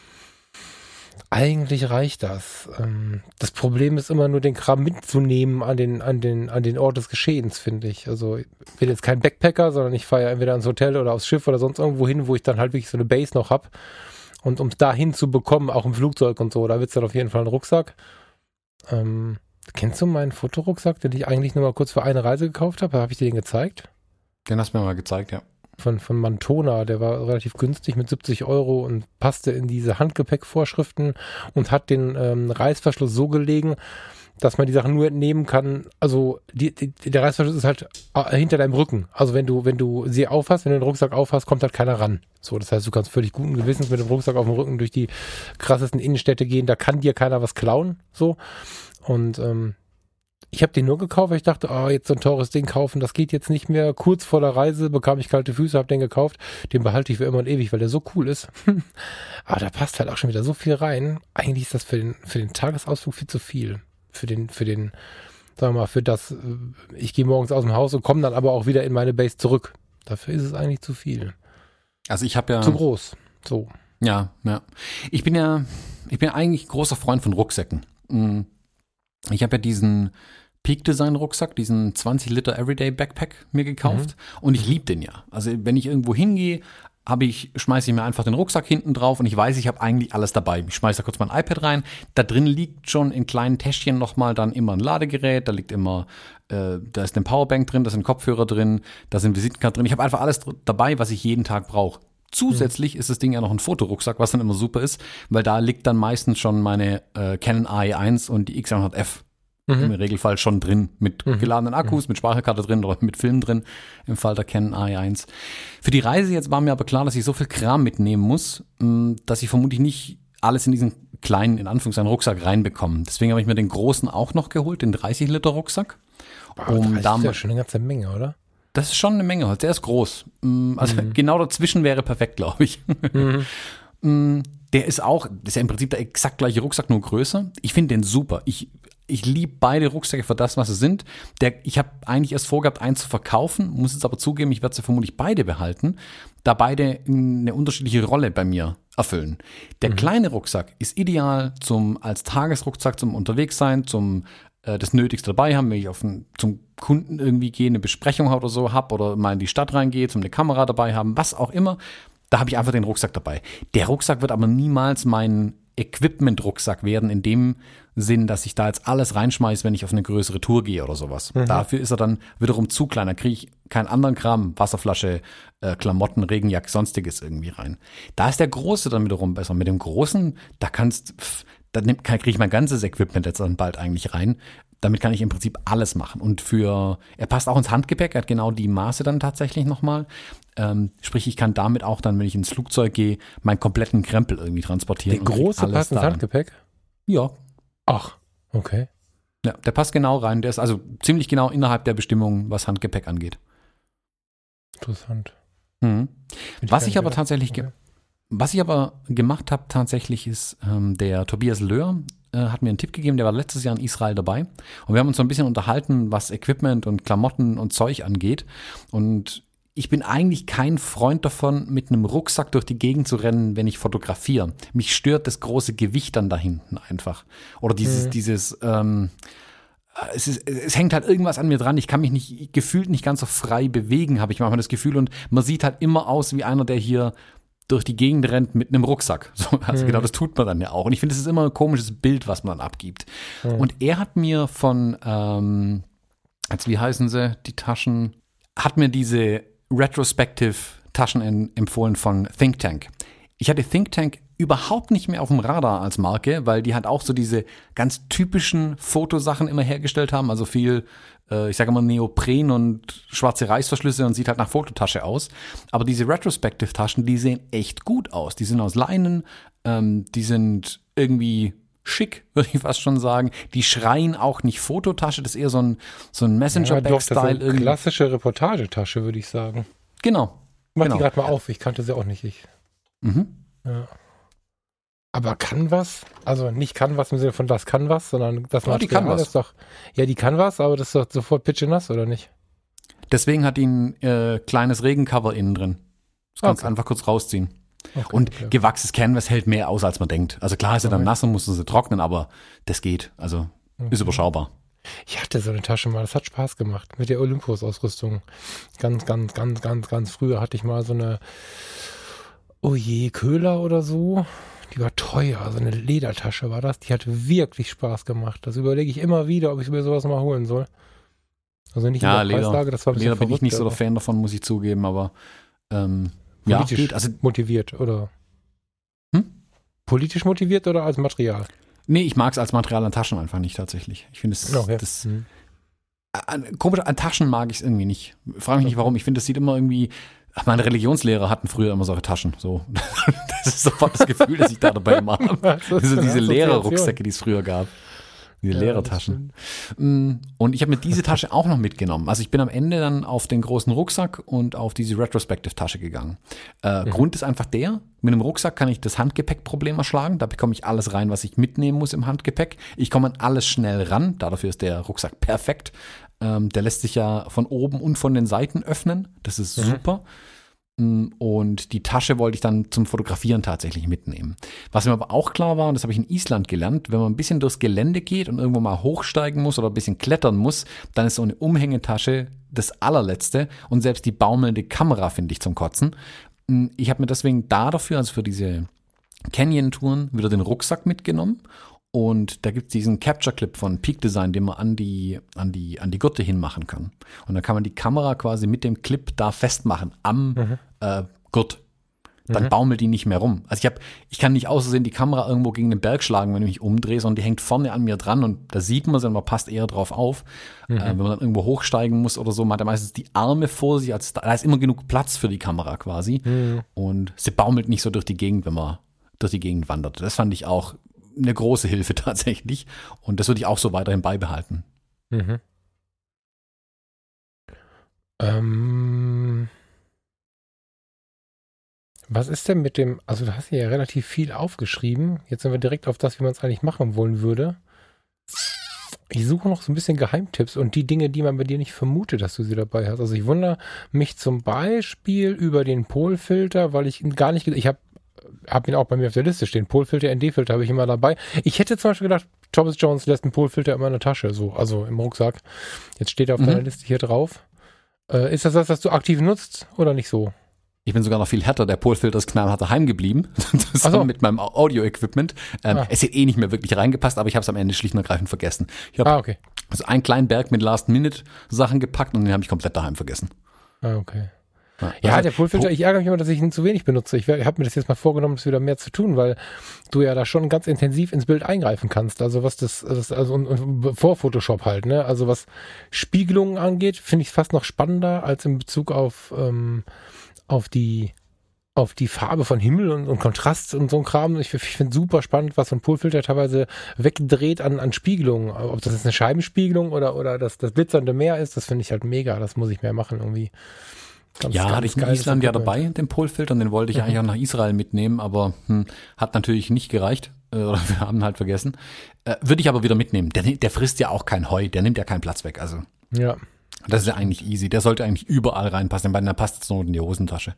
Eigentlich reicht das. Das Problem ist immer nur, den Kram mitzunehmen an den Ort des Geschehens, finde ich. Also ich bin jetzt kein Backpacker, sondern ich fahre ja entweder ins Hotel oder aufs Schiff oder sonst irgendwo hin, wo ich dann halt wirklich so eine Base noch habe. Und um es da hinzubekommen, auch im Flugzeug und so, da wird es dann auf jeden Fall ein Rucksack. Kennst du meinen Fotorucksack, den ich eigentlich nur mal kurz für eine Reise gekauft habe? Habe ich dir den gezeigt?
Den hast du mir mal gezeigt, ja.
Von Mantona, der war relativ günstig mit 70 € und passte in diese Handgepäckvorschriften und hat den Reißverschluss so gelegen, dass man die Sachen nur entnehmen kann. Also der Reißverschluss ist halt hinter deinem Rücken. Also wenn du sie aufhast, wenn du den Rucksack aufhast, kommt halt keiner ran. So, das heißt, du kannst völlig guten Gewissens mit dem Rucksack auf dem Rücken durch die krassesten Innenstädte gehen. Da kann dir keiner was klauen. So. Und ich habe den nur gekauft, weil ich dachte, jetzt so ein teures Ding kaufen, das geht jetzt nicht mehr. Kurz vor der Reise bekam ich kalte Füße, habe den gekauft. Den behalte ich für immer und ewig, weil der so cool ist. Aber da passt halt auch schon wieder so viel rein. Eigentlich ist das für den Tagesausflug viel zu viel. Für den, sagen wir mal, für das, ich gehe morgens aus dem Haus und komme dann aber auch wieder in meine Base zurück. Dafür ist es eigentlich zu viel.
Also ich habe ja...
Zu groß. So.
Ja. Ich bin eigentlich großer Freund von Rucksäcken. Ich habe ja diesen Peak Design Rucksack, diesen 20 Liter Everyday Backpack mir gekauft und ich liebe den ja. Also wenn ich irgendwo hingehe, schmeiße ich mir einfach den Rucksack hinten drauf und ich weiß, ich habe eigentlich alles dabei. Ich schmeiße da kurz mein iPad rein. Da drin liegt schon in kleinen Täschchen nochmal dann immer ein Ladegerät, da liegt immer, da ist eine Powerbank drin, da sind Kopfhörer drin, da sind Visitenkarten drin. Ich habe einfach alles dabei, was ich jeden Tag brauche. Zusätzlich ist das Ding ja noch ein Fotorucksack, was dann immer super ist, weil da liegt dann meistens schon meine Canon AE1 und die X100F im Regelfall schon drin, mit geladenen Akkus, mit Speicherkarte drin oder mit Film drin, im Fall der Canon AE1. Für die Reise jetzt war mir aber klar, dass ich so viel Kram mitnehmen muss, dass ich vermutlich nicht alles in diesen kleinen, in Anführungszeichen, Rucksack reinbekomme. Deswegen habe ich mir den großen auch noch geholt, den 30 Liter Rucksack.
Das ist ja schon eine ganze Menge, oder?
Das ist schon eine Menge Holz. Der ist groß. Also genau dazwischen wäre perfekt, glaube ich. Der ist ja im Prinzip der exakt gleiche Rucksack, nur größer. Ich finde den super. ich liebe beide Rucksäcke für das, was sie sind. Ich habe eigentlich erst vorgehabt, einen zu verkaufen, muss jetzt aber zugeben, ich werde sie vermutlich beide behalten, da beide eine unterschiedliche Rolle bei mir erfüllen. Der kleine Rucksack ist ideal als Tagesrucksack zum Unterwegssein, zum das Nötigste dabei haben, wenn ich zum Kunden irgendwie gehe, eine Besprechung oder so habe oder mal in die Stadt reingehe, zum eine Kamera dabei haben, was auch immer. Da habe ich einfach den Rucksack dabei. Der Rucksack wird aber niemals mein Equipment-Rucksack werden, in dem Sinn, dass ich da jetzt alles reinschmeiße, wenn ich auf eine größere Tour gehe oder sowas. Dafür ist er dann wiederum zu klein. Da kriege ich keinen anderen Kram, Wasserflasche, Klamotten, Regenjacke, sonstiges irgendwie rein. Da ist der Große dann wiederum besser. Mit dem Großen, da kriege ich mein ganzes Equipment jetzt dann bald eigentlich rein. Damit kann ich im Prinzip alles machen. Und er passt auch ins Handgepäck, er hat genau die Maße dann tatsächlich nochmal. Sprich, ich kann damit auch dann, wenn ich ins Flugzeug gehe, meinen kompletten Krempel irgendwie transportieren.
Der Große passt ins Handgepäck?
Ja.
Ach, okay.
Ja, der passt genau rein. Der ist also ziemlich genau innerhalb der Bestimmungen, was Handgepäck angeht.
Interessant.
Was ich aber gemacht habe tatsächlich ist, der Tobias Löhr hat mir einen Tipp gegeben, der war letztes Jahr in Israel dabei und wir haben uns so ein bisschen unterhalten, was Equipment und Klamotten und Zeug angeht und ich bin eigentlich kein Freund davon, mit einem Rucksack durch die Gegend zu rennen, wenn ich fotografiere. Mich stört das große Gewicht dann da hinten einfach. Oder es hängt halt irgendwas an mir dran. Ich kann mich gefühlt nicht ganz so frei bewegen, habe ich manchmal das Gefühl. Und man sieht halt immer aus wie einer, der hier durch die Gegend rennt mit einem Rucksack. So, also genau, das tut man dann ja auch. Und ich finde, es ist immer ein komisches Bild, was man dann abgibt. Und er hat mir wie heißen sie, die Taschen, hat mir diese Retrospective-Taschen empfohlen von Think Tank. Ich hatte Think Tank überhaupt nicht mehr auf dem Radar als Marke, weil die halt auch so diese ganz typischen Fotosachen immer hergestellt haben, also viel, ich sage immer Neopren und schwarze Reißverschlüsse und sieht halt nach Fototasche aus. Aber diese Retrospective-Taschen, die sehen echt gut aus. Die sind aus Leinen, die sind irgendwie schick, würde ich fast schon sagen. Die schreien auch nicht Fototasche, das ist eher so ein Messenger-Bag-Style.
Ja, klassische Reportagetasche, würde ich sagen.
Genau.
Mach die gerade mal auf, ich kannte sie auch nicht. Ja. Aber Canvas, also nicht Canvas im Sinne von das Canvas, sondern das Material ist doch, ja, die Canvas, aber das ist doch sofort pitschenass, oder nicht? Deswegen hat die ein kleines Regencover innen drin. Das kannst du einfach kurz rausziehen. Okay, und gewachsenes Canvas hält mehr aus, als man denkt. Also klar ist er dann nass und musst du sie trocknen, aber das geht. Also ist überschaubar. Ich hatte so eine Tasche mal, das hat Spaß gemacht mit der Olympus-Ausrüstung. Ganz früher hatte ich mal so eine Köhler oder so. Die war teuer, so eine Ledertasche war das. Die hat wirklich Spaß gemacht. Das überlege ich immer wieder, ob ich mir sowas mal holen soll. Also nicht in der Preislage, das war ein bisschen Leder bin ich nicht so der Fan davon, muss ich zugeben, aber politisch geht, also motiviert, oder? Politisch motiviert oder als Material? Nee, ich mag es als Material an Taschen einfach nicht tatsächlich. Ich finde komisch, an Taschen mag ich es irgendwie nicht. Frage mich nicht warum. Ich finde, das sieht immer irgendwie. Meine Religionslehrer hatten früher immer solche Taschen. So. Das ist sofort das Gefühl, das ich da dabei immer habe. Diese Lehrerrucksäcke, die es früher gab. Diese Lehrertaschen. Und ich habe mir diese Tasche auch noch mitgenommen. Also ich bin am Ende dann auf den großen Rucksack und auf diese Retrospective-Tasche gegangen. Grund ist einfach mit einem Rucksack kann ich das Handgepäckproblem erschlagen. Da bekomme ich alles rein, was ich mitnehmen muss im Handgepäck. Ich komme an alles schnell ran. Dafür ist der Rucksack perfekt. Der lässt sich ja von oben und von den Seiten öffnen. Das ist super. Und die Tasche wollte ich dann zum Fotografieren tatsächlich mitnehmen. Was mir aber auch klar war, und das habe ich in Island gelernt, wenn man ein bisschen durchs Gelände geht und irgendwo mal hochsteigen muss oder ein bisschen klettern muss, dann ist so eine Umhängetasche das allerletzte und selbst die baumelnde Kamera finde ich zum Kotzen. Ich habe mir deswegen dafür, also für diese Canyon-Touren, wieder den Rucksack mitgenommen. Und da gibt es diesen Capture-Clip von Peak Design, den man an die Gurte hinmachen kann. Und dann kann man die Kamera quasi mit dem Clip da festmachen am Gurt. Dann baumelt die nicht mehr rum. Also ich kann nicht außersehen die Kamera irgendwo gegen den Berg schlagen, wenn ich mich umdrehe, sondern die hängt vorne an mir dran und da sieht man sie und man passt eher drauf auf. Wenn man dann irgendwo hochsteigen muss oder so, man hat ja meistens die Arme vor sich, also da ist immer genug Platz für die Kamera quasi. Und sie baumelt nicht so durch die Gegend, wenn man durch die Gegend wandert. Das fand ich auch eine große Hilfe tatsächlich. Und das würde ich auch so weiterhin beibehalten. Was ist denn mit dem, also du hast ja relativ viel aufgeschrieben. Jetzt sind wir direkt auf das, wie man es eigentlich machen wollen würde. Ich suche noch so ein bisschen Geheimtipps und die Dinge, die man bei dir nicht vermutet, dass du sie dabei hast. Also ich wundere mich zum Beispiel über den Polfilter, weil ich gar nicht, ich habe ihn auch bei mir auf der Liste stehen. Polfilter, ND-Filter habe ich immer dabei. Ich hätte zum Beispiel gedacht, Thomas Jones lässt einen Polfilter immer in der Tasche, so, also im Rucksack. Jetzt steht er auf deiner Liste hier drauf. Ist das was du aktiv nutzt oder nicht so?
Ich bin sogar noch viel härter. Der Polfilter ist knallhart daheim geblieben. Zusammen mit meinem Audio-Equipment. Es hätte nicht mehr wirklich reingepasst, aber ich habe es am Ende schlicht und ergreifend vergessen. Ich habe
okay.
also einen kleinen Berg mit Last-Minute-Sachen gepackt und den habe ich komplett daheim vergessen.
Okay. Ja, der Polfilter, ich ärgere mich immer, dass ich ihn zu wenig benutze. Ich habe mir das jetzt mal vorgenommen, das wieder mehr zu tun, weil du ja da schon ganz intensiv ins Bild eingreifen kannst. Also was und vor Photoshop halt, ne? Also was Spiegelungen angeht, finde ich es fast noch spannender als in Bezug auf die Farbe von Himmel und Kontrast und so ein Kram. Ich finde super spannend, was so ein Polfilter teilweise wegdreht an Spiegelungen. Ob das jetzt eine Scheibenspiegelung oder das glitzernde Meer ist, das finde ich halt mega. Das muss ich mehr machen irgendwie.
Hatte ich in Island ja dabei, den Polfilter, und den wollte ich eigentlich auch nach Israel mitnehmen, aber hat natürlich nicht gereicht. Oder wir haben ihn halt vergessen. Würde ich aber wieder mitnehmen. Der frisst ja auch kein Heu, der nimmt ja keinen Platz weg. Also
ja.
Das ist ja eigentlich easy. Der sollte eigentlich überall reinpassen, weil der passt jetzt nur in die Hosentasche.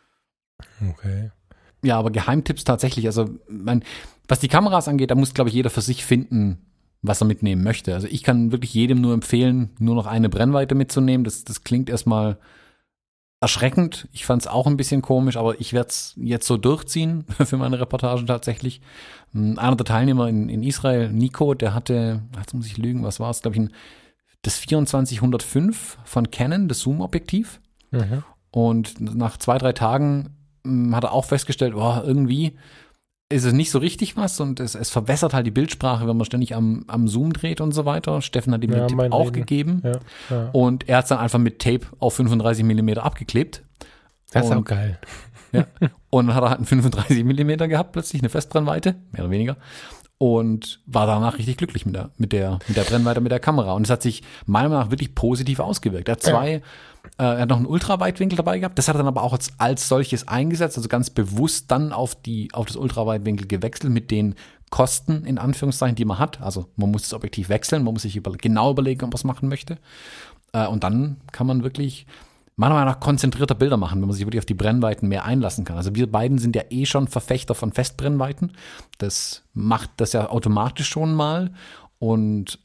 Okay.
Ja, aber Geheimtipps tatsächlich. Also, was die Kameras angeht, da muss, glaube ich, jeder für sich finden, was er mitnehmen möchte. Also ich kann wirklich jedem nur empfehlen, nur noch eine Brennweite mitzunehmen. Das klingt erstmal erschreckend. Ich fand es auch ein bisschen komisch, aber ich werde es jetzt so durchziehen für meine Reportagen tatsächlich. Einer der Teilnehmer in Israel, Nico, der hatte, jetzt muss ich lügen, was war es, glaube ich, das 2405 von Canon, das Zoom-Objektiv.
Mhm.
Und nach 2-3 Tagen hat er auch festgestellt, irgendwie ist es nicht so richtig was und es verbessert halt die Bildsprache, wenn man ständig am Zoom dreht und so weiter. Steffen hat ihm den Tipp auch gegeben.
Ja.
Und er hat es dann einfach mit Tape auf 35 mm abgeklebt.
Das ist auch geil.
Ja. Und dann hat er halt einen 35 mm gehabt, plötzlich eine Festbrennweite, mehr oder weniger. Und war danach richtig glücklich mit der Brennweite, mit der Kamera. Und es hat sich meiner Meinung nach wirklich positiv ausgewirkt. Er hat er hat noch einen Ultraweitwinkel dabei gehabt. Das hat er dann aber auch als solches eingesetzt, also ganz bewusst dann auf das Ultraweitwinkel gewechselt mit den Kosten, in Anführungszeichen, die man hat. Also man muss das Objektiv wechseln, man muss sich genau überlegen, ob man es machen möchte. Und dann kann man wirklich meiner Meinung nach konzentrierter Bilder machen, wenn man sich wirklich auf die Brennweiten mehr einlassen kann. Also wir beiden sind ja schon Verfechter von Festbrennweiten. Das macht das ja automatisch schon mal. Und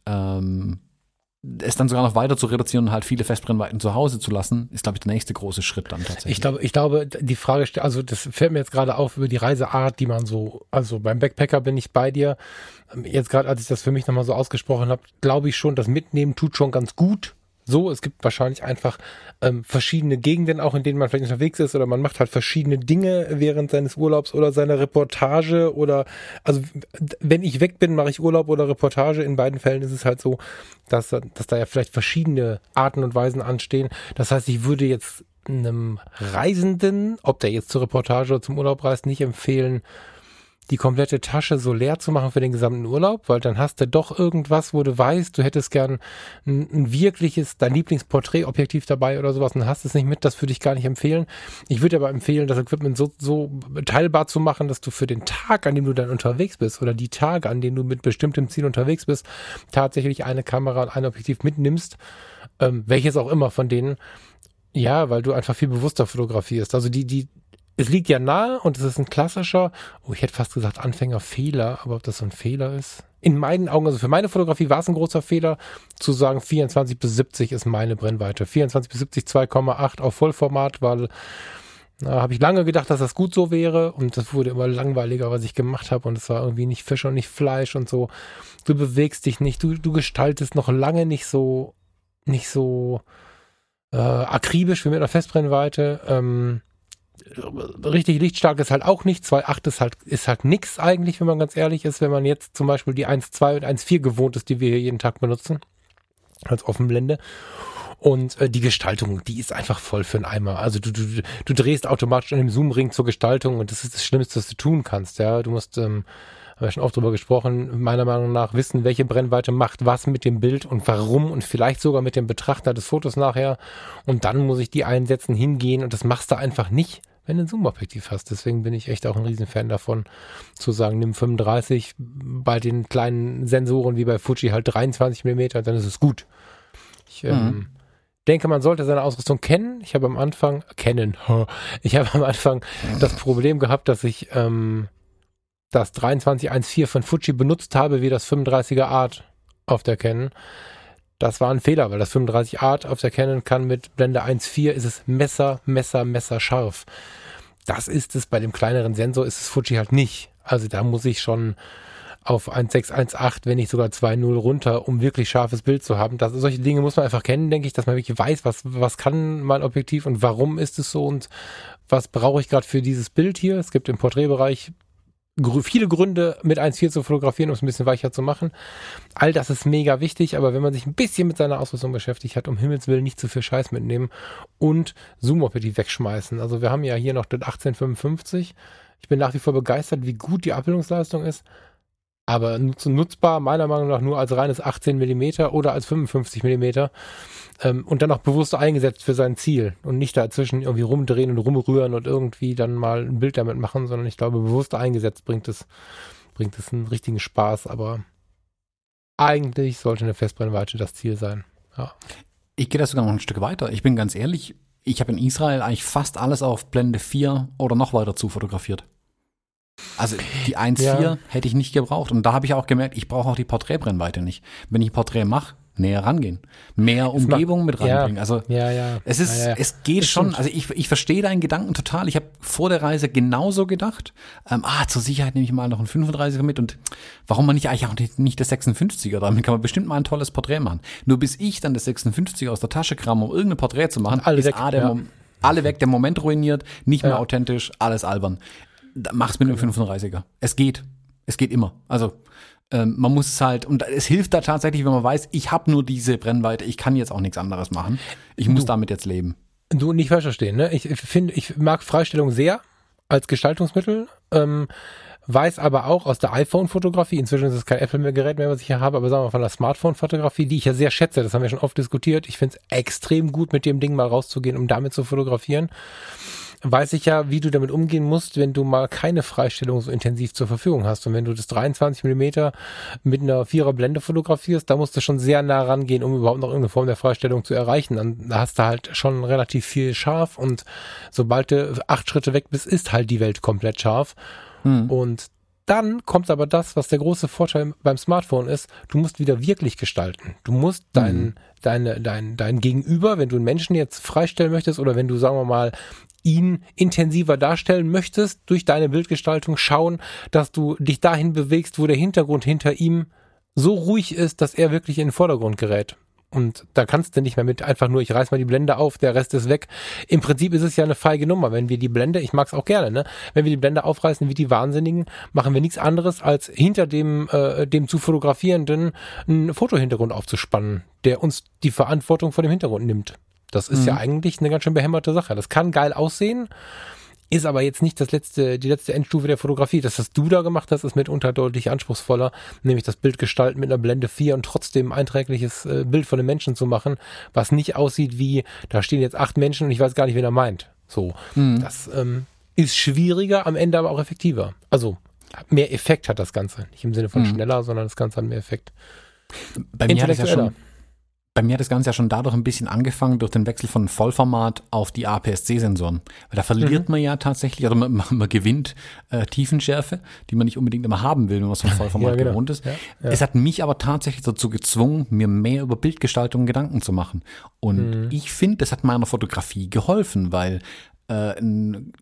es dann sogar noch weiter zu reduzieren und halt viele Festbrennweiten zu Hause zu lassen, ist, glaube ich, der nächste große Schritt dann tatsächlich.
Ich glaube, die Frage, also das fällt mir jetzt gerade auf über die Reiseart, die man also beim Backpacker bin ich bei dir. Jetzt gerade, als ich das für mich nochmal so ausgesprochen habe, glaube ich schon, das Mitnehmen tut schon ganz gut. So, es gibt wahrscheinlich einfach verschiedene Gegenden auch, in denen man vielleicht unterwegs ist, oder man macht halt verschiedene Dinge während seines Urlaubs oder seiner Reportage, oder also wenn ich weg bin, mache ich Urlaub oder Reportage. In beiden Fällen ist es halt so, dass da ja vielleicht verschiedene Arten und Weisen anstehen. Das heißt, ich würde jetzt einem Reisenden, ob der jetzt zur Reportage oder zum Urlaub reist, nicht empfehlen, die komplette Tasche so leer zu machen für den gesamten Urlaub, weil dann hast du doch irgendwas, wo du weißt, du hättest gern ein wirkliches, dein Lieblingsporträtobjektiv dabei oder sowas und hast es nicht mit, das würde ich gar nicht empfehlen. Ich würde aber empfehlen, das Equipment so teilbar zu machen, dass du für den Tag, an dem du dann unterwegs bist, oder die Tage, an denen du mit bestimmtem Ziel unterwegs bist, tatsächlich eine Kamera und ein Objektiv mitnimmst, welches auch immer von denen, ja, weil du einfach viel bewusster fotografierst. Also es liegt ja nahe und es ist ein klassischer, ich hätte fast gesagt Anfängerfehler, aber ob das so ein Fehler ist? In meinen Augen, also für meine Fotografie war es ein großer Fehler, zu sagen 24 bis 70 ist meine Brennweite. 24 bis 70, 2,8 auf Vollformat, weil habe ich lange gedacht, dass das gut so wäre, und das wurde immer langweiliger, was ich gemacht habe, und es war irgendwie nicht Fisch und nicht Fleisch und so. Du bewegst dich nicht, du gestaltest noch lange nicht so akribisch wie mit einer Festbrennweite. Richtig lichtstark ist halt auch nicht. 2.8 ist halt nix eigentlich, wenn man ganz ehrlich ist, wenn man jetzt zum Beispiel die 1.2 und 1.4 gewohnt ist, die wir hier jeden Tag benutzen, als Offenblende. Und die Gestaltung, die ist einfach voll für einen Eimer. Also du drehst automatisch an dem Zoom-Ring zur Gestaltung, und das ist das Schlimmste, was du tun kannst. Ja, du musst, haben wir schon oft drüber gesprochen, meiner Meinung nach wissen, welche Brennweite macht was mit dem Bild und warum, und vielleicht sogar mit dem Betrachter des Fotos nachher. Und dann muss ich die einsetzen, hingehen, und das machst du einfach nicht, wenn du ein Zoom-Objektiv hast. Deswegen bin ich echt auch ein Riesenfan davon, zu sagen, nimm 35, bei den kleinen Sensoren wie bei Fuji halt 23 mm, dann ist es gut. Ich denke, man sollte seine Ausrüstung kennen. Ich habe am Anfang das Problem gehabt, dass ich das 2314 von Fuji benutzt habe, wie das 35er Art auf der Canon. Das war ein Fehler, weil das 35 Art auf der Canon kann mit Blende 1.4 ist es Messer scharf. Das ist es bei dem kleineren Sensor, ist es Fuji halt nicht. Also da muss ich schon auf 1.6, wenn nicht sogar 2.0 runter, um wirklich scharfes Bild zu haben. Solche Dinge muss man einfach kennen, denke ich, dass man wirklich weiß, was kann mein Objektiv und warum ist es so und was brauche ich gerade für dieses Bild hier. Es gibt im Porträtbereich viele Gründe, mit 1.4 zu fotografieren, um es ein bisschen weicher zu machen. All das ist mega wichtig, aber wenn man sich ein bisschen mit seiner Ausrüstung beschäftigt hat, um Himmels Willen nicht zu viel Scheiß mitnehmen und Zoom-Objektiv wegschmeißen. Also wir haben ja hier noch das 1855. Ich bin nach wie vor begeistert, wie gut die Abbildungsleistung ist, aber nutzbar meiner Meinung nach nur als reines 18 mm oder als 55 mm und dann auch bewusst eingesetzt für sein Ziel und nicht dazwischen irgendwie rumdrehen und rumrühren und irgendwie dann mal ein Bild damit machen, sondern ich glaube, bewusst eingesetzt bringt es einen richtigen Spaß, aber eigentlich sollte eine Festbrennweite das Ziel sein. Ja.
Ich gehe da sogar noch ein Stück weiter. Ich bin ganz ehrlich, ich habe in Israel eigentlich fast alles auf Blende 4 oder noch weiter zu fotografiert. Also die 1.4 hätte ich nicht gebraucht. Und da habe ich auch gemerkt, ich brauche auch die Porträtbrennweite nicht. Wenn ich ein Porträt mache, näher rangehen. Mehr Umgebung mit reinbringen. Also es geht schon. Also ich verstehe deinen Gedanken total. Ich habe vor der Reise genauso gedacht. Zur Sicherheit nehme ich mal noch einen 35er mit. Und warum man nicht eigentlich auch nicht das 56er? Damit kann man bestimmt mal ein tolles Porträt machen. Nur bis ich dann das 56er aus der Tasche kram, um irgendein Porträt zu machen,
alle
ist
weg,
alle weg, der Moment ruiniert, nicht mehr authentisch, alles albern. Mach's mit einem 35er. Es geht immer. Also man muss es halt, und es hilft da tatsächlich, wenn man weiß, ich habe nur diese Brennweite, ich kann jetzt auch nichts anderes machen. Ich muss damit jetzt leben.
Du nicht falsch verstehen, ne? Ich mag Freistellung sehr als Gestaltungsmittel, weiß aber auch aus der iPhone-Fotografie, inzwischen ist es kein Apple-Gerät mehr, was ich hier habe, aber sagen wir mal von der Smartphone-Fotografie, die ich ja sehr schätze, das haben wir schon oft diskutiert. Ich finde es extrem gut, mit dem Ding mal rauszugehen, um damit zu fotografieren. Weiß ich ja, wie du damit umgehen musst, wenn du mal keine Freistellung so intensiv zur Verfügung hast. Und wenn du das 23 mm mit einer 4er Blende fotografierst, da musst du schon sehr nah rangehen, um überhaupt noch irgendeine Form der Freistellung zu erreichen. Dann hast du halt schon relativ viel scharf und sobald du 8 Schritte weg bist, ist halt die Welt komplett scharf. Und dann kommt aber das, was der große Vorteil beim Smartphone ist, du musst wieder wirklich gestalten. Du musst dein Gegenüber, wenn du einen Menschen jetzt freistellen möchtest oder wenn du, sagen wir mal, ihn intensiver darstellen möchtest, durch deine Bildgestaltung schauen, dass du dich dahin bewegst, wo der Hintergrund hinter ihm so ruhig ist, dass er wirklich in den Vordergrund gerät. Und da kannst du nicht mehr mit einfach nur, ich reiß mal die Blende auf, der Rest ist weg. Im Prinzip ist es ja eine feige Nummer. Wenn wir die Blende, ich mag's auch gerne, ne? Wenn wir die Blende aufreißen wie die Wahnsinnigen, machen wir nichts anderes, als hinter dem zu fotografierenden einen Fotohintergrund aufzuspannen, der uns die Verantwortung vor dem Hintergrund nimmt. Das ist ja eigentlich eine ganz schön behämmerte Sache. Das kann geil aussehen, ist aber jetzt nicht die letzte Endstufe der Fotografie. Das, was du da gemacht hast, ist mitunter deutlich anspruchsvoller, nämlich das Bild gestalten mit einer Blende 4 und trotzdem ein einträgliches Bild von einem Menschen zu machen, was nicht aussieht wie, da stehen jetzt 8 Menschen und ich weiß gar nicht, wen er meint. So, das ist schwieriger, am Ende aber auch effektiver. Also mehr Effekt hat das Ganze. Nicht im Sinne von schneller, sondern das Ganze hat mehr Effekt.
Bei mir hat das Ganze ja schon dadurch ein bisschen angefangen, durch den Wechsel von Vollformat auf die APS-C-Sensoren. Weil da verliert man ja tatsächlich, also man gewinnt Tiefenschärfe, die man nicht unbedingt immer haben will, wenn man so ein Vollformat gewohnt ist. Ja. Es hat mich aber tatsächlich dazu gezwungen, mir mehr über Bildgestaltung Gedanken zu machen. Und ich finde, das hat meiner Fotografie geholfen, weil ein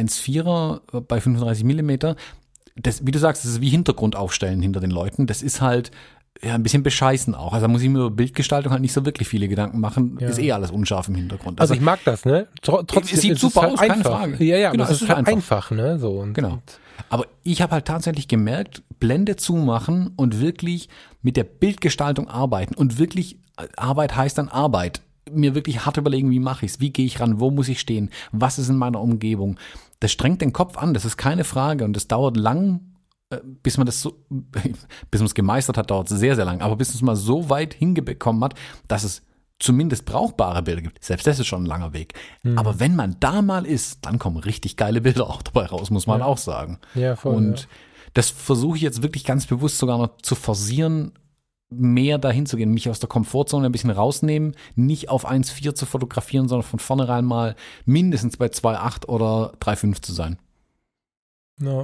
1.4er bei 35 mm, das, wie du sagst, das ist wie Hintergrund aufstellen hinter den Leuten. Das ist halt ein bisschen bescheißen auch. Also da muss ich mir über Bildgestaltung halt nicht so wirklich viele Gedanken machen. Ja. Ist alles unscharf im Hintergrund.
Also ich mag das, ne? Trotzdem
es sieht super aus, keine Frage.
Ja, genau, aber es ist halt einfach, ne? So
genau. Aber ich habe halt tatsächlich gemerkt, Blende zumachen und wirklich mit der Bildgestaltung arbeiten. Und wirklich, Arbeit heißt dann Arbeit. Mir wirklich hart überlegen, wie mache ich es? Wie gehe ich ran? Wo muss ich stehen? Was ist in meiner Umgebung? Das strengt den Kopf an, das ist keine Frage. Und das dauert lang, bis man es gemeistert hat, dauert es sehr, sehr lang. Aber bis man es mal so weit hingebekommen hat, dass es zumindest brauchbare Bilder gibt. Selbst das ist schon ein langer Weg. Aber wenn man da mal ist, dann kommen richtig geile Bilder auch dabei raus, muss man auch sagen.
Ja, voll.
Und das versuche ich jetzt wirklich ganz bewusst sogar noch zu forcieren, mehr dahin zu gehen, mich aus der Komfortzone ein bisschen rausnehmen, nicht auf 1,4 zu fotografieren, sondern von vornherein mal mindestens bei 2,8 oder 3,5 zu sein.
No.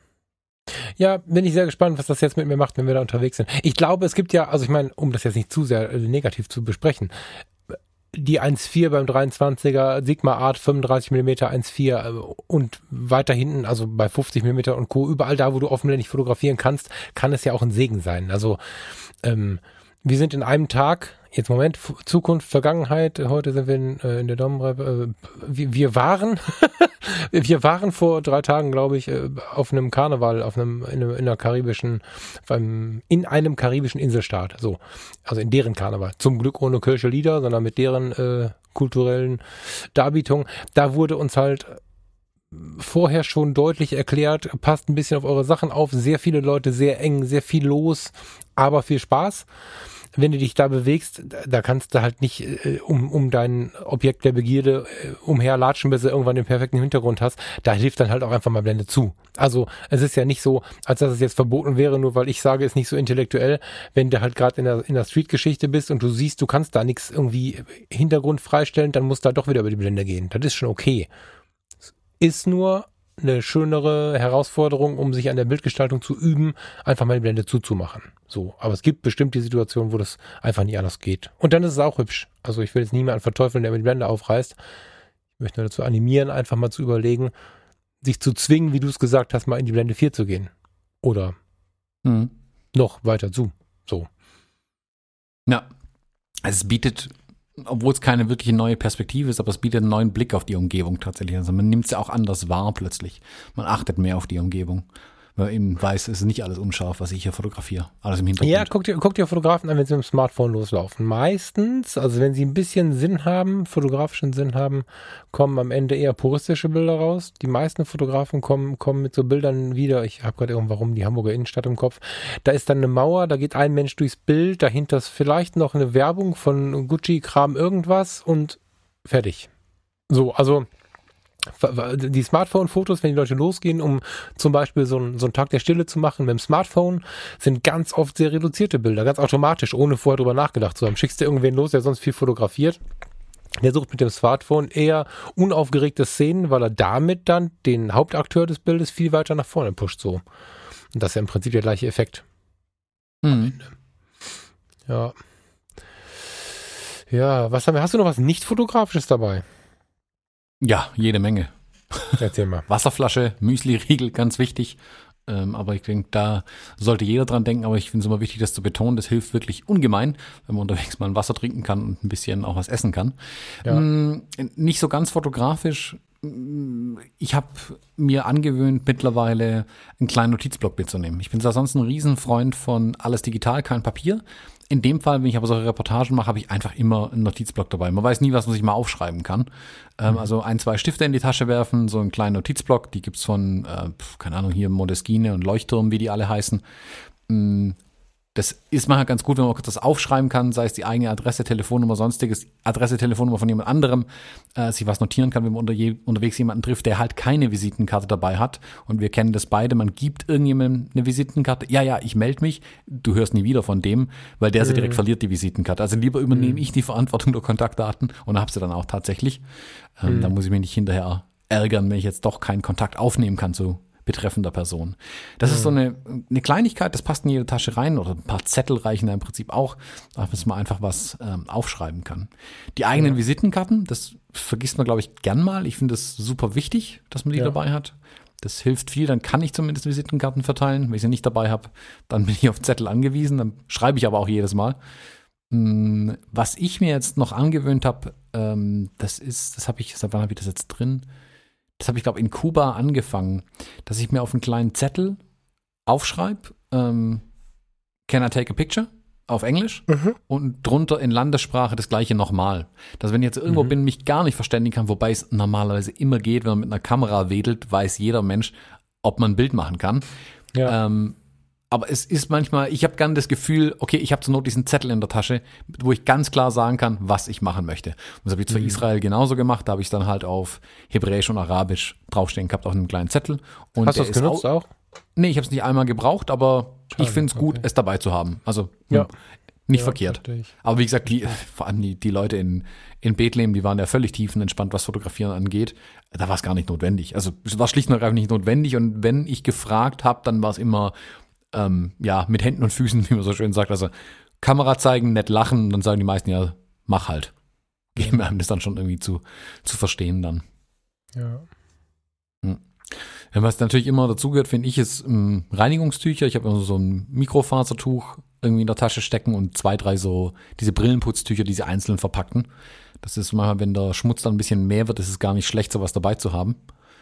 Ja, bin ich sehr gespannt, was das jetzt mit mir macht, wenn wir da unterwegs sind. Ich glaube, es gibt ja, also ich meine, um das jetzt nicht zu sehr negativ zu besprechen, die 1,4 beim 23er, Sigma Art 35 mm 1,4 und weiter hinten, also bei 50 mm und Co., überall da, wo du offenblendig fotografieren kannst, kann es ja auch ein Segen sein. Also wir sind in einem Tag, jetzt Moment, Zukunft, Vergangenheit, heute sind wir in der Domrep, wir waren vor 3 Tagen, glaube ich, auf einem Karneval, in einem karibischen Inselstaat, so, also in deren Karneval, zum Glück ohne kölsche Lieder, sondern mit deren kulturellen Darbietungen. Da wurde uns halt vorher schon deutlich erklärt, passt ein bisschen auf eure Sachen auf, sehr viele Leute, sehr eng, sehr viel los, aber viel Spaß. Wenn du dich da bewegst, da kannst du halt nicht um dein Objekt der Begierde umherlatschen, bis du irgendwann den perfekten Hintergrund hast. Da hilft dann halt auch einfach mal Blende zu. Also es ist ja nicht so, als dass es jetzt verboten wäre, nur weil ich sage, ist nicht so intellektuell. Wenn du halt gerade in der Street-Geschichte bist und du siehst, du kannst da nichts irgendwie Hintergrund freistellen, dann musst du da doch wieder über die Blende gehen. Das ist schon okay. Ist nur eine schönere Herausforderung, um sich an der Bildgestaltung zu üben, einfach mal die Blende zuzumachen. So, aber es gibt bestimmt die Situation, wo das einfach nicht anders geht. Und dann ist es auch hübsch. Also ich will jetzt niemanden verteufeln, der mir die Blende aufreißt. Ich möchte nur dazu animieren, einfach mal zu überlegen, sich zu zwingen, wie du es gesagt hast, mal in die Blende 4 zu gehen. Oder noch weiter zu. So.
Ja, also es bietet, obwohl es keine wirkliche neue Perspektive ist, aber es bietet einen neuen Blick auf die Umgebung tatsächlich. Also man nimmt es ja auch anders wahr plötzlich. Man achtet mehr auf die Umgebung. Weil man eben weiß, es ist nicht alles unscharf, was ich hier fotografiere. Alles im Hintergrund.
Ja, guck dir Fotografen an, wenn sie mit dem Smartphone loslaufen. Meistens, also wenn sie ein bisschen Sinn haben, fotografischen Sinn haben, kommen am Ende eher puristische Bilder raus. Die meisten Fotografen kommen mit so Bildern wieder. Ich habe gerade irgendwann die Hamburger Innenstadt im Kopf. Da ist dann eine Mauer, da geht ein Mensch durchs Bild, dahinter ist vielleicht noch eine Werbung von Gucci-Kram irgendwas und fertig. So, also die Smartphone-Fotos, wenn die Leute losgehen, um zum Beispiel so einen Tag der Stille zu machen mit dem Smartphone, sind ganz oft sehr reduzierte Bilder, ganz automatisch, ohne vorher drüber nachgedacht zu haben. Schickst du irgendwen los, der sonst viel fotografiert, der sucht mit dem Smartphone eher unaufgeregte Szenen, weil er damit dann den Hauptakteur des Bildes viel weiter nach vorne pusht, so. Und das ist ja im Prinzip der gleiche Effekt. Am Ende. Ja. Ja, was haben wir? Hast du noch was nicht-fotografisches dabei?
Ja, jede Menge.
Erzähl mal.
Wasserflasche, Müsli-Riegel, ganz wichtig. Aber ich denke, da sollte jeder dran denken. Aber ich finde es immer wichtig, das zu betonen. Das hilft wirklich ungemein, wenn man unterwegs mal ein Wasser trinken kann und ein bisschen auch was essen kann. Ja. Nicht so ganz fotografisch. Ich habe mir angewöhnt, mittlerweile einen kleinen Notizblock mitzunehmen. Ich bin zwar sonst ein Riesenfreund von alles digital, kein Papier. In dem Fall, wenn ich aber solche Reportagen mache, habe ich einfach immer einen Notizblock dabei. Man weiß nie, was man sich mal aufschreiben kann. Also 1, 2 Stifte in die Tasche werfen, so einen kleinen Notizblock. Die gibt's von, keine Ahnung, hier Moleskine und Leuchtturm, wie die alle heißen. Das ist mal ganz gut, wenn man kurz das aufschreiben kann, sei es die eigene Adresse, Telefonnummer, sonstiges, Adresse, Telefonnummer von jemand anderem, sich was notieren kann, wenn man unterwegs jemanden trifft, der halt keine Visitenkarte dabei hat. Und wir kennen das beide, man gibt irgendjemandem eine Visitenkarte. Ja, ich melde mich, du hörst nie wieder von dem, weil der sie direkt verliert, die Visitenkarte. Also lieber übernehme ich die Verantwortung der Kontaktdaten und habe sie dann auch tatsächlich. Da muss ich mich nicht hinterher ärgern, wenn ich jetzt doch keinen Kontakt aufnehmen kann zu betreffender Person. Das ist so eine Kleinigkeit, das passt in jede Tasche rein oder ein paar Zettel reichen da im Prinzip auch, dass man einfach was aufschreiben kann. Die eigenen Visitenkarten, das vergisst man, glaube ich, gern mal. Ich finde es super wichtig, dass man die dabei hat. Das hilft viel, dann kann ich zumindest Visitenkarten verteilen. Wenn ich sie nicht dabei habe, dann bin ich auf Zettel angewiesen, dann schreibe ich aber auch jedes Mal. Was ich mir jetzt noch angewöhnt habe, das habe ich, seit wann habe ich das jetzt drin? Das habe ich, glaube ich, in Kuba angefangen, dass ich mir auf einen kleinen Zettel aufschreibe, can I take a picture? Auf Englisch und drunter in Landessprache das gleiche nochmal. Dass wenn ich jetzt irgendwo bin, mich gar nicht verständigen kann, wobei es normalerweise immer geht, wenn man mit einer Kamera wedelt, weiß jeder Mensch, ob man ein Bild machen kann. Ja. Aber es ist manchmal, ich habe gern das Gefühl, okay, ich habe zur Not diesen Zettel in der Tasche, wo ich ganz klar sagen kann, was ich machen möchte. Und das habe ich für Israel genauso gemacht. Da habe ich es dann halt auf Hebräisch und Arabisch draufstehen gehabt auf einem kleinen Zettel. Und
hast du es genutzt auch?
Nee, ich habe es nicht einmal gebraucht, aber ich finde es gut, es dabei zu haben. Also nicht verkehrt. Richtig. Aber wie gesagt, vor allem die Leute in Bethlehem, die waren ja völlig tiefenentspannt, was Fotografieren angeht. Da war es gar nicht notwendig. Also es war schlicht und ergreifend nicht notwendig. Und wenn ich gefragt habe, dann war es immer mit Händen und Füßen, wie man so schön sagt. Also Kamera zeigen, nett lachen und dann sagen die meisten, ja, mach halt. Geben einem das dann schon irgendwie zu verstehen dann.
Ja.
Was natürlich immer dazugehört, finde ich, ist Reinigungstücher. Ich habe immer so ein Mikrofasertuch irgendwie in der Tasche stecken und 2, 3 so diese Brillenputztücher, diese einzeln verpackten. Das ist manchmal, wenn der Schmutz dann ein bisschen mehr wird, ist es gar nicht schlecht, sowas dabei zu haben.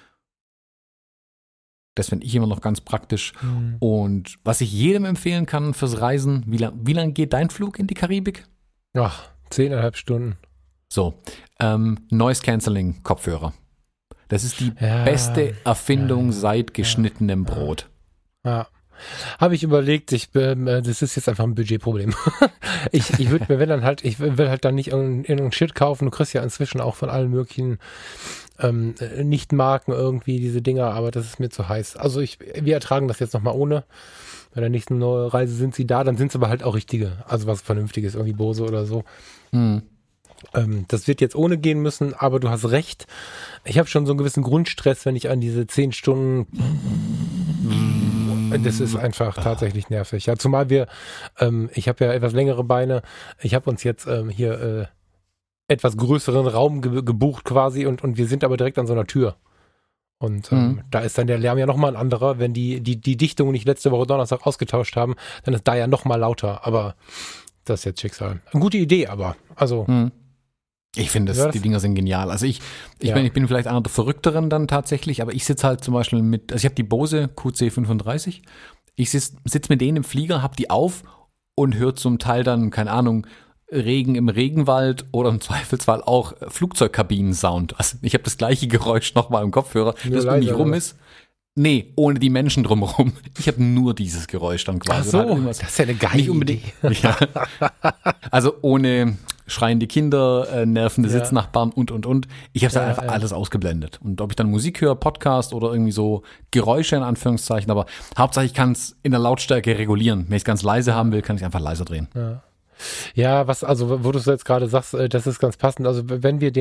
Das finde ich immer noch ganz praktisch. Und was ich jedem empfehlen kann fürs Reisen, wie lang geht dein Flug in die Karibik?
Ach, 10,5 Stunden.
So, Noise Cancelling Kopfhörer. Das ist die beste Erfindung seit geschnittenem Brot.
Ja. Habe ich überlegt, das ist jetzt einfach ein Budgetproblem. ich würde mir, ich will halt dann nicht irgendeinen Shit kaufen. Du kriegst ja inzwischen auch von allen möglichen Nicht-Marken irgendwie diese Dinger, aber das ist mir zu heiß. Also wir ertragen das jetzt nochmal ohne. Bei der nächsten neuen Reise sind sie da, dann sind es aber halt auch richtige. Also was Vernünftiges, irgendwie Bose oder so. Das wird jetzt ohne gehen müssen, aber du hast recht. Ich habe schon so einen gewissen Grundstress, wenn ich an diese 10 Stunden... Das ist einfach tatsächlich nervig. Ja, zumal ich habe ja etwas längere Beine. Ich habe uns jetzt hier etwas größeren Raum gebucht quasi und wir sind aber direkt an so einer Tür. Und da ist dann der Lärm ja nochmal ein anderer. Wenn die Dichtung nicht letzte Woche Donnerstag ausgetauscht haben, dann ist da ja nochmal lauter. Aber das ist jetzt Schicksal. Eine gute Idee, aber also...
Ich finde, die Dinger sind genial. Also ich bin vielleicht einer der Verrückteren dann tatsächlich, aber ich sitze halt zum Beispiel ich habe die Bose QC35. Ich sitz mit denen im Flieger, habe die auf und höre zum Teil dann, keine Ahnung, Regen im Regenwald oder im Zweifelsfall auch Flugzeugkabinen-Sound. Also ich habe das gleiche Geräusch nochmal im Kopfhörer, das um mich rum ist. Nee, ohne die Menschen drumherum. Ich habe nur dieses Geräusch dann quasi.
Ach so, das ist ja eine geile Idee.
Ja. Also ohne schreiende Kinder, nervende Sitznachbarn und. Ich habe einfach alles ausgeblendet. Und ob ich dann Musik höre, Podcast oder irgendwie so Geräusche in Anführungszeichen, aber Hauptsache ich kann es in der Lautstärke regulieren. Wenn ich es ganz leise haben will, kann ich einfach leiser drehen.
Ja, wo du es jetzt gerade sagst, das ist ganz passend. Also wenn wir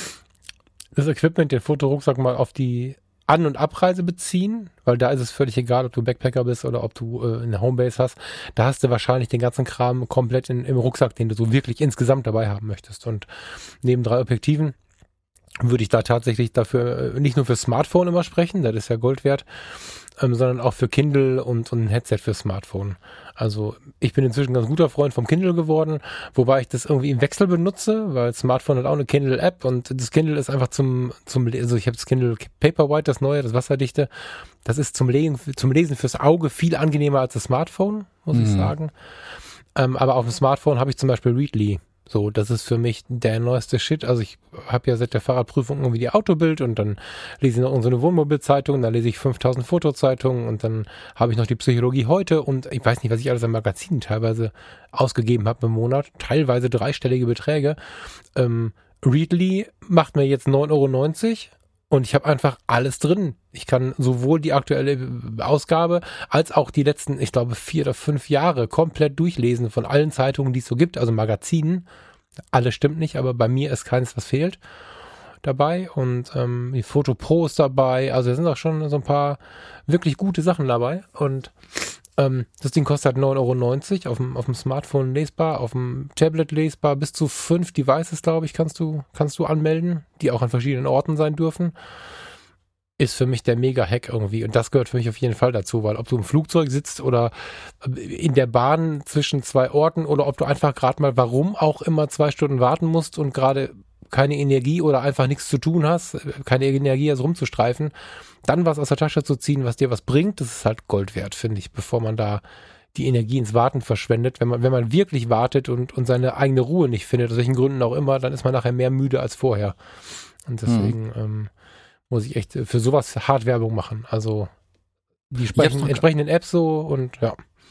das Equipment, den Fotorucksack mal auf die An- und Abreise beziehen, weil da ist es völlig egal, ob du Backpacker bist oder ob du eine Homebase hast. Da hast du wahrscheinlich den ganzen Kram komplett im Rucksack, den du so wirklich insgesamt dabei haben möchtest. Und neben 3 Objektiven würde ich da tatsächlich dafür nicht nur für Smartphone immer sprechen, das ist ja Gold wert, sondern auch für Kindle und ein Headset für Smartphone. Also ich bin inzwischen ein ganz guter Freund vom Kindle geworden, wobei ich das irgendwie im Wechsel benutze, weil Smartphone hat auch eine Kindle-App und das Kindle ist einfach also ich habe das Kindle Paperwhite, das neue, das wasserdichte, das ist zum Lesen fürs Auge viel angenehmer als das Smartphone, muss ich sagen. Aber auf dem Smartphone habe ich zum Beispiel Readly. So, das ist für mich der neueste Shit. Also ich habe ja seit der Fahrradprüfung irgendwie die Autobild und dann lese ich noch so eine Wohnmobilzeitung, dann lese ich 5000 Fotozeitungen und dann habe ich noch die Psychologie heute und ich weiß nicht, was ich alles an Magazinen teilweise ausgegeben habe im Monat. Teilweise 3-stellige Beträge. Readly macht mir jetzt 9,90 € und ich habe einfach alles drin. Ich kann sowohl die aktuelle Ausgabe als auch die letzten, ich glaube, 4 oder 5 Jahre komplett durchlesen von allen Zeitungen, die es so gibt, also Magazinen. Alles stimmt nicht, aber bei mir ist keins, was fehlt dabei. Und die Foto Pro ist dabei. Also da sind auch schon so ein paar wirklich gute Sachen dabei. Und das Ding kostet halt 9,90 € auf dem Smartphone lesbar, auf dem Tablet lesbar. Bis zu 5 Devices, glaube ich, kannst du anmelden, die auch an verschiedenen Orten sein dürfen. Ist für mich der Mega-Hack irgendwie. Und das gehört für mich auf jeden Fall dazu, weil ob du im Flugzeug sitzt oder in der Bahn zwischen 2 Orten oder ob du einfach gerade mal, warum auch immer, 2 Stunden warten musst und gerade keine Energie oder einfach nichts zu tun hast, keine Energie, also rumzustreifen, dann was aus der Tasche zu ziehen, was dir was bringt, das ist halt Gold wert, finde ich, bevor man da die Energie ins Warten verschwendet. Wenn man wirklich wartet und seine eigene Ruhe nicht findet, aus welchen Gründen auch immer, dann ist man nachher mehr müde als vorher. Und deswegen muss ich echt für sowas hart Werbung machen. Also die entsprechenden Apps so und ja.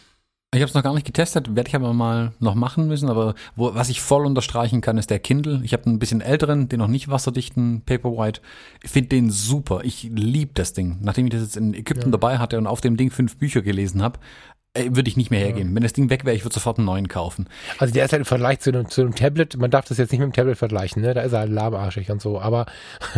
Ich habe es noch gar nicht getestet, werde ich aber mal noch machen müssen, aber was ich voll unterstreichen kann, ist der Kindle. Ich habe einen bisschen älteren, den noch nicht wasserdichten Paperwhite. Ich finde den super. Ich liebe das Ding. Nachdem ich das jetzt in Ägypten dabei hatte und auf dem Ding 5 Bücher gelesen habe, würde ich nicht mehr hergeben. Wenn das Ding weg wäre, ich würde sofort einen neuen kaufen.
Also der ist halt im Vergleich zu einem Tablet, man darf das jetzt nicht mit dem Tablet vergleichen, ne? Da ist er halt lahmarschig und so, aber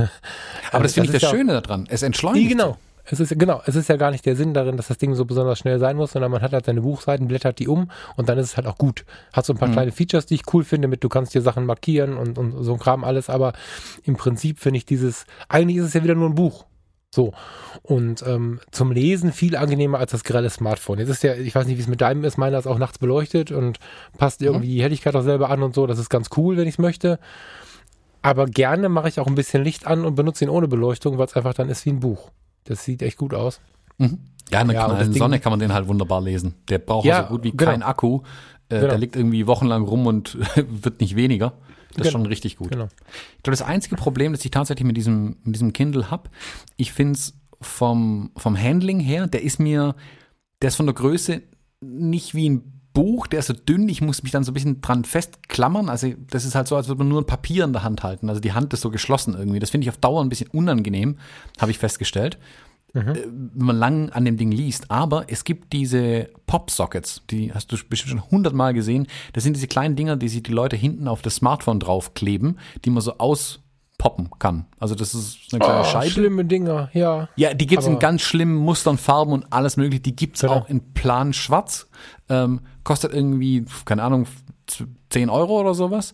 das finde ich das Schöne daran. Es entschleunigt.
Genau. Es ist ja gar nicht der Sinn darin, dass das Ding so besonders schnell sein muss, sondern man hat halt seine Buchseiten, blättert die um und dann ist es halt auch gut. Hat so ein paar kleine Features, die ich cool finde, du kannst dir Sachen markieren und so ein Kram alles, aber im Prinzip finde ich eigentlich ist es ja wieder nur ein Buch. So. Und zum Lesen viel angenehmer als das grelle Smartphone. Jetzt ist ja, ich weiß nicht, wie es mit deinem ist, meiner ist auch nachts beleuchtet und passt irgendwie die Helligkeit auch selber an und so. Das ist ganz cool, wenn ich es möchte. Aber gerne mache ich auch ein bisschen Licht an und benutze ihn ohne Beleuchtung, weil es einfach dann ist wie ein Buch. Das sieht echt gut aus.
Mhm. Ja, in der knallen Sonne kann man den halt wunderbar lesen. Der braucht so gut wie keinen Akku. Der liegt irgendwie wochenlang rum und wird nicht weniger. Das ist schon richtig gut. Genau. Ich glaube, das einzige Problem, das ich tatsächlich mit diesem Kindle habe, ich finde es vom Handling her, der ist von der Größe nicht wie ein Buch, der ist so dünn, ich muss mich dann so ein bisschen dran festklammern. Also das ist halt so, als würde man nur ein Papier in der Hand halten. Also die Hand ist so geschlossen irgendwie. Das finde ich auf Dauer ein bisschen unangenehm, habe ich festgestellt, wenn man lang an dem Ding liest. Aber es gibt diese Pop-Sockets, die hast du bestimmt schon 100-mal gesehen. Das sind diese kleinen Dinger, die sich die Leute hinten auf das Smartphone draufkleben, die man so auspoppen kann. Also das ist eine kleine Scheibe.
Schlimme Dinger, ja.
Ja, die gibt's in ganz schlimmen Mustern, Farben und alles mögliche. Die gibt's auch in plan schwarz. Kostet irgendwie, keine Ahnung, 10 Euro oder sowas.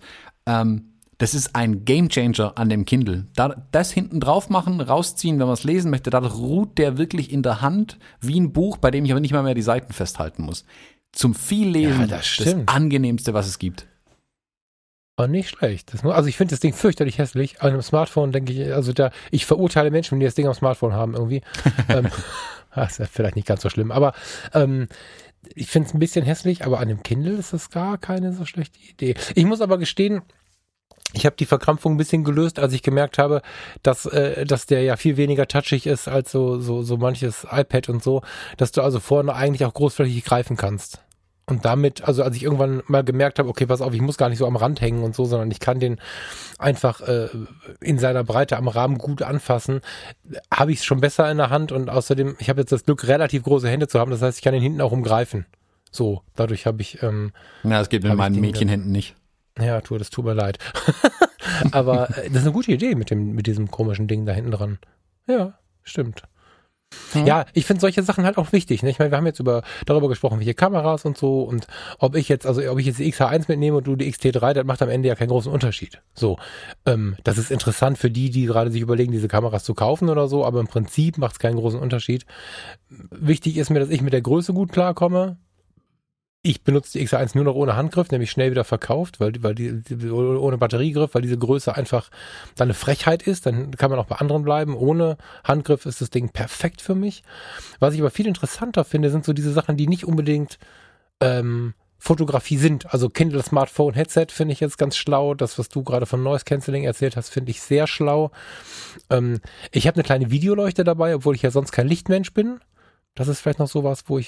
Das ist ein Gamechanger an dem Kindle. Das hinten drauf machen, rausziehen, wenn man es lesen möchte, da ruht der wirklich in der Hand wie ein Buch, bei dem ich aber nicht mal mehr die Seiten festhalten muss. Zum viel Lesen das Angenehmste, was es gibt.
Aber nicht schlecht. Also ich finde das Ding fürchterlich hässlich. An einem Smartphone denke ich, ich verurteile Menschen, wenn die das Ding am Smartphone haben irgendwie. Das ist ja vielleicht nicht ganz so schlimm, aber ich finde es ein bisschen hässlich, aber an dem Kindle ist das gar keine so schlechte Idee. Ich muss aber gestehen, ich habe die Verkrampfung ein bisschen gelöst, als ich gemerkt habe, dass der ja viel weniger touchig ist als so manches iPad und so, dass du also vorne eigentlich auch großflächig greifen kannst. Und damit, also als ich irgendwann mal gemerkt habe, okay, pass auf, ich muss gar nicht so am Rand hängen und so, sondern ich kann den einfach in seiner Breite am Rahmen gut anfassen, habe ich es schon besser in der Hand und außerdem, ich habe jetzt das Glück, relativ große Hände zu haben, das heißt, ich kann den hinten auch umgreifen. So, dadurch habe ich
das geht mit meinen Mädchenhänden nicht.
Ja, das tut mir leid. Aber das ist eine gute Idee mit diesem komischen Ding da hinten dran. Ja, stimmt. Ja, ich finde solche Sachen halt auch wichtig. Ne? Ich meine, wir haben jetzt darüber gesprochen, welche Kameras und so und ob ich jetzt die XH1 mitnehme und du die XT3, das macht am Ende ja keinen großen Unterschied. So, das ist interessant für die gerade sich überlegen, diese Kameras zu kaufen oder so, aber im Prinzip macht es keinen großen Unterschied. Wichtig ist mir, dass ich mit der Größe gut klarkomme. Ich benutze die XH1 nur noch ohne Handgriff, nämlich schnell wieder verkauft, weil die ohne Batteriegriff, weil diese Größe einfach dann eine Frechheit ist. Dann kann man auch bei anderen bleiben. Ohne Handgriff ist das Ding perfekt für mich. Was ich aber viel interessanter finde, sind so diese Sachen, die nicht unbedingt Fotografie sind. Also Kindle, Smartphone, Headset finde ich jetzt ganz schlau. Das, was du gerade von Noise Cancelling erzählt hast, finde ich sehr schlau. Ich habe eine kleine Videoleuchte dabei, obwohl ich ja sonst kein Lichtmensch bin. Das ist vielleicht noch sowas, wo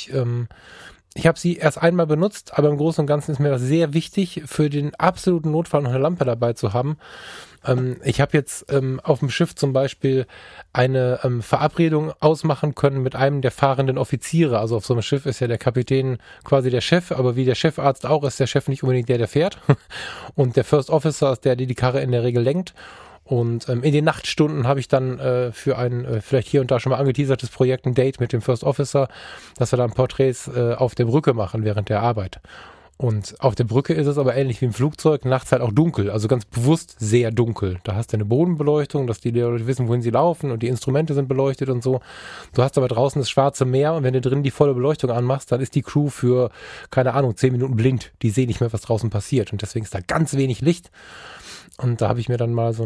ich habe sie erst einmal benutzt, aber im Großen und Ganzen ist mir das sehr wichtig, für den absoluten Notfall noch eine Lampe dabei zu haben. Ich habe jetzt auf dem Schiff zum Beispiel eine Verabredung ausmachen können mit einem der fahrenden Offiziere. Also auf so einem Schiff ist ja der Kapitän quasi der Chef, aber wie der Chefarzt auch, ist der Chef nicht unbedingt der fährt. Und der First Officer ist der die Karre in der Regel lenkt. Und in den Nachtstunden habe ich dann für ein vielleicht hier und da schon mal angeteasertes Projekt ein Date mit dem First Officer, dass wir dann Porträts auf der Brücke machen während der Arbeit. Und auf der Brücke ist es aber ähnlich wie im Flugzeug, nachts halt auch dunkel, also ganz bewusst sehr dunkel. Da hast du eine Bodenbeleuchtung, dass die Leute wissen, wohin sie laufen und die Instrumente sind beleuchtet und so. Du hast aber draußen das schwarze Meer und wenn du drin die volle Beleuchtung anmachst, dann ist die Crew für, keine Ahnung, 10 Minuten blind. Die sehen nicht mehr, was draußen passiert und deswegen ist da ganz wenig Licht. Und da habe ich mir dann mal so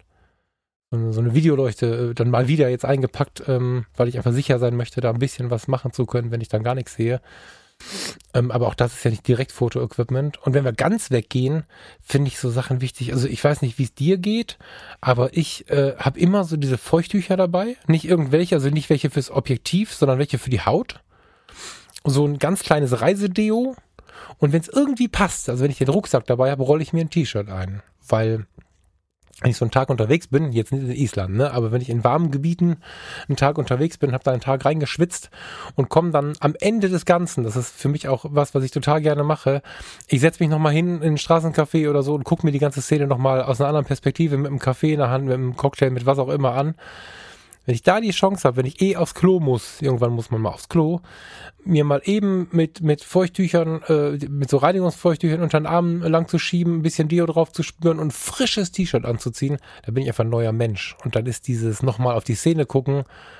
eine Videoleuchte dann mal wieder jetzt eingepackt, weil ich einfach sicher sein möchte, da ein bisschen was machen zu können, wenn ich dann gar nichts sehe. Aber auch das ist ja nicht direkt Foto-Equipment. Und wenn wir ganz weggehen, finde ich so Sachen wichtig. Also ich weiß nicht, wie es dir geht, aber ich habe immer so diese Feuchttücher dabei. Nicht irgendwelche, also nicht welche fürs Objektiv, sondern welche für die Haut. so ein ganz kleines Reisedeo und wenn es irgendwie passt, also wenn ich den Rucksack dabei habe, rolle ich mir ein T-Shirt ein, weil wenn ich so einen Tag unterwegs bin, jetzt nicht in Island, ne, aber wenn ich in warmen Gebieten einen Tag unterwegs bin, habe da einen Tag reingeschwitzt und komme dann am Ende des Ganzen, das ist für mich auch was ich total gerne mache, ich setze mich nochmal hin in ein Straßencafé oder so und gucke mir die ganze Szene nochmal aus einer anderen Perspektive mit einem Kaffee in der Hand, mit einem Cocktail, mit was auch immer an. Wenn ich da die Chance habe, wenn ich aufs Klo muss, irgendwann muss man mal aufs Klo, mir mal eben mit Feuchttüchern, mit so Reinigungsfeuchttüchern unter den Armen lang zu schieben, ein bisschen Deo drauf zu spüren und ein frisches T-Shirt anzuziehen, da bin ich einfach ein neuer Mensch. Und dann ist dieses nochmal auf die Szene gucken,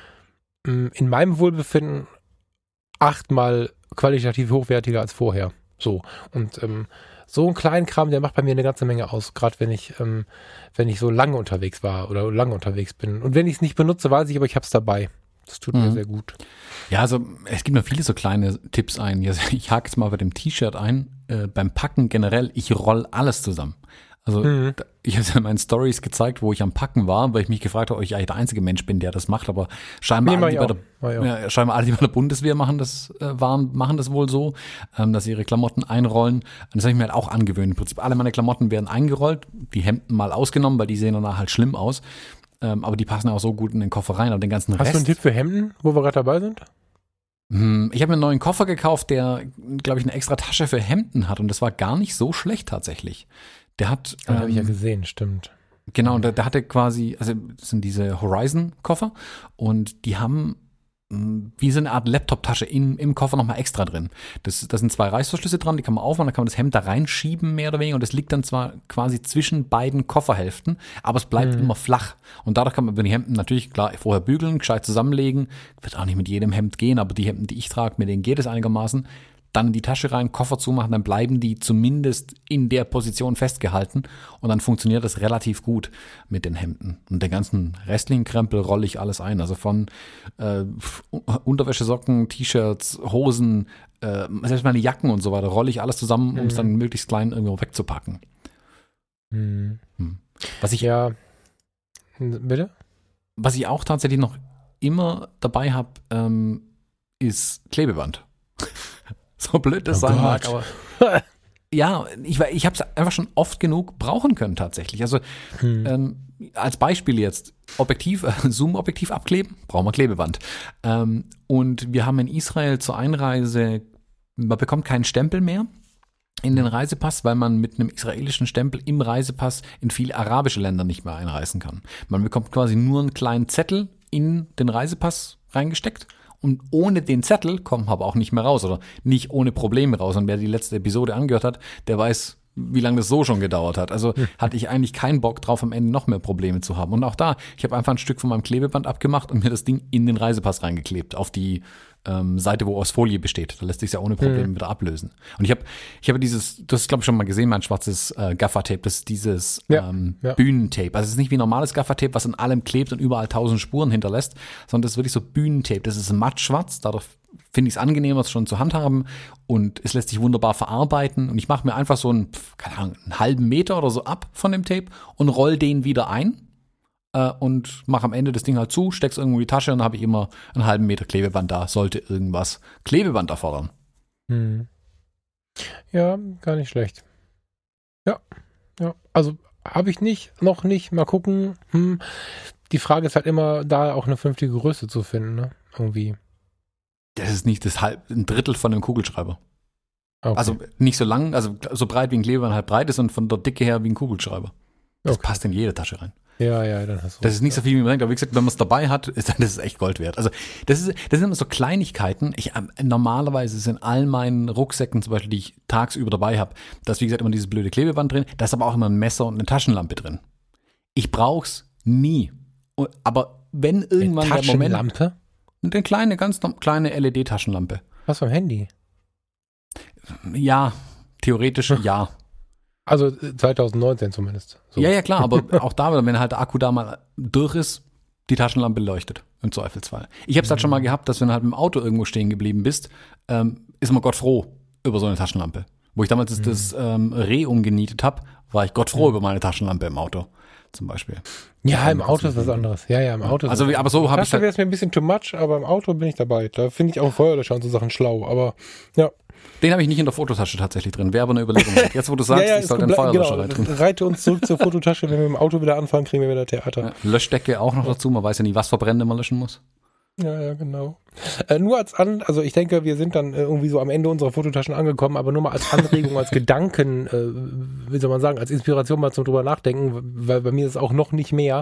in meinem Wohlbefinden 8-mal qualitativ hochwertiger als vorher. So. Und so ein kleinen Kram, der macht bei mir eine ganze Menge aus, gerade wenn ich so lange unterwegs war oder lange unterwegs bin. Und wenn ich es nicht benutze, weiß ich, aber ich habe es dabei. Das tut mir sehr gut.
Ja, also es gibt mir viele so kleine Tipps ein. Ich hake jetzt mal bei dem T-Shirt ein. Beim Packen generell, ich roll alles zusammen. Also ich habe es in meinen Stories gezeigt, wo ich am Packen war, weil ich mich gefragt habe, ob ich eigentlich der einzige Mensch bin, der das macht, aber scheinbar alle, die bei der Bundeswehr machen das wohl so, dass sie ihre Klamotten einrollen. Und das habe ich mir halt auch angewöhnt. Im Prinzip alle meine Klamotten werden eingerollt, die Hemden mal ausgenommen, weil die sehen danach halt schlimm aus. Aber die passen auch so gut in den Koffer rein. Aber den ganzen Rest.
Hast du einen Tipp für Hemden, wo wir gerade dabei sind?
Ich habe mir einen neuen Koffer gekauft, der, glaube ich, eine extra Tasche für Hemden hat und das war gar nicht so schlecht tatsächlich. Der hat.
Das habe ich ja gesehen, stimmt.
Genau, und der hatte quasi, also das sind diese Horizon-Koffer und die haben wie so eine Art Laptop-Tasche im Koffer nochmal extra drin. Da sind 2 Reißverschlüsse dran, die kann man aufmachen, dann kann man das Hemd da reinschieben, mehr oder weniger, und das liegt dann zwar quasi zwischen beiden Kofferhälften, aber es bleibt immer flach. Und dadurch kann man die Hemden natürlich, klar, vorher bügeln, gescheit zusammenlegen. Wird auch nicht mit jedem Hemd gehen, aber die Hemden, die ich trage, mit denen geht es einigermaßen. Dann in die Tasche rein, Koffer zumachen, dann bleiben die zumindest in der Position festgehalten und dann funktioniert das relativ gut mit den Hemden. Und den ganzen restlichen Krempel rolle ich alles ein, also von Unterwäsche, Socken, T-Shirts, Hosen, selbst meine Jacken und so weiter, rolle ich alles zusammen, um es dann möglichst klein irgendwo wegzupacken. Was ich
Bitte?
Was ich auch tatsächlich noch immer dabei habe, ist Klebeband. So blöd das sein mag, aber ja, ich habe es einfach schon oft genug brauchen können tatsächlich. Also als Beispiel jetzt, Zoom-Objektiv abkleben, brauchen wir Klebeband. Und wir haben in Israel zur Einreise, man bekommt keinen Stempel mehr in den Reisepass, weil man mit einem israelischen Stempel im Reisepass in viele arabische Länder nicht mehr einreisen kann. Man bekommt quasi nur einen kleinen Zettel in den Reisepass reingesteckt. Und ohne den Zettel kommen wir aber auch nicht mehr raus oder nicht ohne Probleme raus. Und wer die letzte Episode angehört hat, der weiß, wie lange das so schon gedauert hat. Also hatte ich eigentlich keinen Bock drauf, am Ende noch mehr Probleme zu haben. Und auch da, ich habe einfach ein Stück von meinem Klebeband abgemacht und mir das Ding in den Reisepass reingeklebt, auf die Seite, wo aus Folie besteht. Da lässt sich ja ohne Probleme wieder ablösen. Und ich habe dieses, das ist glaube ich schon mal gesehen, mein schwarzes Gaffertape, das ist dieses Bühnentape. Also es ist nicht wie normales Gaffertape, was an allem klebt und überall 1000 Spuren hinterlässt, sondern das ist wirklich so Bühnentape. Das ist mattschwarz, dadurch finde ich es angenehmer, es schon zu handhaben und es lässt sich wunderbar verarbeiten. Und ich mache mir einfach so einen halben Meter oder so ab von dem Tape und roll den wieder ein. Und mache am Ende das Ding halt zu, steck's irgendwo in die Tasche und dann habe ich immer einen halben Meter Klebeband da, sollte irgendwas Klebeband erfordern.
Ja, gar nicht schlecht. Ja. Also habe ich noch nicht, mal gucken. Die Frage ist halt immer, da auch eine vernünftige Größe zu finden, ne? Irgendwie.
Das ist nicht ein Drittel von einem Kugelschreiber.
Okay.
Also nicht so lang, also so breit wie ein Klebeband halt breit ist und von der Dicke her wie ein Kugelschreiber. Das passt in jede Tasche rein.
Ja, dann hast du.
Das ist nicht so viel, wie man denkt, aber wie gesagt, wenn man es dabei hat, das ist echt Gold wert. Also das sind immer so Kleinigkeiten. Normalerweise sind in all meinen Rucksäcken zum Beispiel, die ich tagsüber dabei habe, da ist wie gesagt immer dieses blöde Klebeband drin, da ist aber auch immer ein Messer und eine Taschenlampe drin. Ich brauch's nie. Aber wenn irgendwann der Moment...
Taschenlampe?
Eine kleine, ganz kleine LED-Taschenlampe.
Was vom Handy?
Ja, theoretisch ja.
Also 2019 zumindest. So.
Ja, klar, aber auch da, wenn halt der Akku da mal durch ist, die Taschenlampe leuchtet, im Zweifelsfall. Ich habe es halt schon mal gehabt, dass wenn du halt mit dem Auto irgendwo stehen geblieben bist, ist man Gott froh über so eine Taschenlampe. Wo ich damals das Reh umgenietet habe, war ich Gott froh über meine Taschenlampe im Auto. zum Beispiel.
Ja, im Auto ist was anderes. Ja, im Auto.
Also, aber so habe ich
wäre es mir ein bisschen too much, aber im Auto bin ich dabei. Da finde ich auch Feuerlöscher und so Sachen schlau, aber ja.
Den habe ich nicht in der Fototasche tatsächlich drin. Wäre aber eine Überlegung. Jetzt, wo du sagst, ich sollte einen Feuerlöscher rein tun.
Reite uns zurück zur Fototasche. Wenn wir im Auto wieder anfangen, kriegen wir wieder Theater.
Ja, Löschdecke auch noch dazu. Man weiß ja nie, was verbrennen man löschen muss.
Ja, genau. Nur also ich denke, wir sind dann irgendwie so am Ende unserer Fototaschen angekommen, aber nur mal als Anregung, als Gedanken, wie soll man sagen, als Inspiration mal zum drüber nachdenken, weil bei mir ist es auch noch nicht mehr.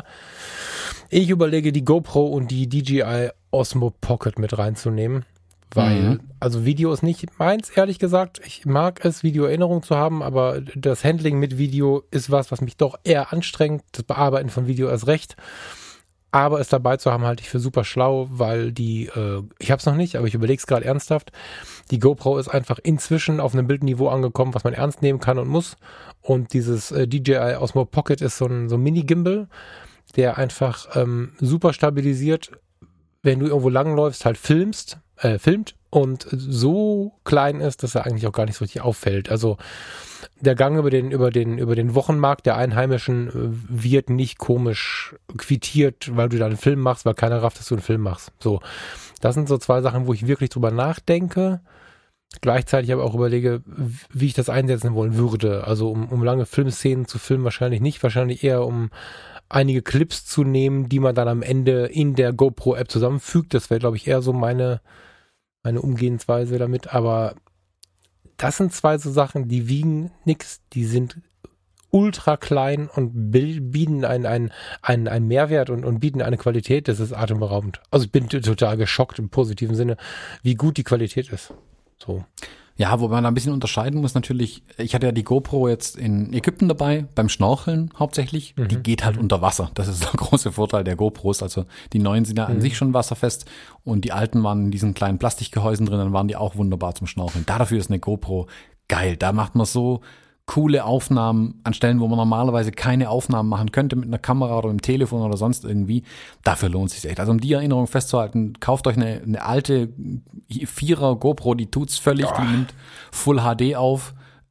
Ich überlege, die GoPro und die DJI Osmo Pocket mit reinzunehmen. Weil, also Video ist nicht meins, ehrlich gesagt. Ich mag es, Videoerinnerung zu haben, aber das Handling mit Video ist was mich doch eher anstrengt. Das Bearbeiten von Video erst recht. Aber es dabei zu haben, halte ich für super schlau, weil ich habe es noch nicht, aber ich überlege es gerade ernsthaft. Die GoPro ist einfach inzwischen auf einem Bildniveau angekommen, was man ernst nehmen kann und muss. Und dieses DJI Osmo Pocket ist so ein Mini-Gimbal, der einfach super stabilisiert, wenn du irgendwo langläufst, halt filmt und so klein ist, dass er eigentlich auch gar nicht so richtig auffällt. Also der Gang über den Wochenmarkt der Einheimischen wird nicht komisch quittiert, weil du da einen Film machst, weil keiner rafft, dass du einen Film machst. So, das sind so zwei Sachen, wo ich wirklich drüber nachdenke. Gleichzeitig aber auch überlege, wie ich das einsetzen wollen würde. Also um lange Filmszenen zu filmen wahrscheinlich nicht, wahrscheinlich eher um einige Clips zu nehmen, die man dann am Ende in der GoPro-App zusammenfügt. Das wäre, glaube ich, eher so meine Umgehensweise damit. Aber das sind zwei so Sachen, die wiegen nix, die sind ultra klein und bieten einen Mehrwert und bieten eine Qualität, das ist atemberaubend. Also ich bin total geschockt im positiven Sinne, wie gut die Qualität ist. So.
Ja, wo man da ein bisschen unterscheiden muss natürlich, ich hatte ja die GoPro jetzt in Ägypten dabei, beim Schnorcheln hauptsächlich. Die geht halt unter Wasser. Das ist der große Vorteil der GoPros. Also die neuen sind ja an sich schon wasserfest und die alten waren in diesen kleinen Plastikgehäusen drin, dann waren die auch wunderbar zum Schnorcheln. Dafür ist eine GoPro geil. Da macht man so coole Aufnahmen an Stellen, wo man normalerweise keine Aufnahmen machen könnte mit einer Kamera oder mit dem Telefon oder sonst irgendwie. Dafür lohnt es sich echt. Also um die Erinnerung festzuhalten, kauft euch eine alte 4er GoPro, die tut's völlig, die nimmt Full HD auf,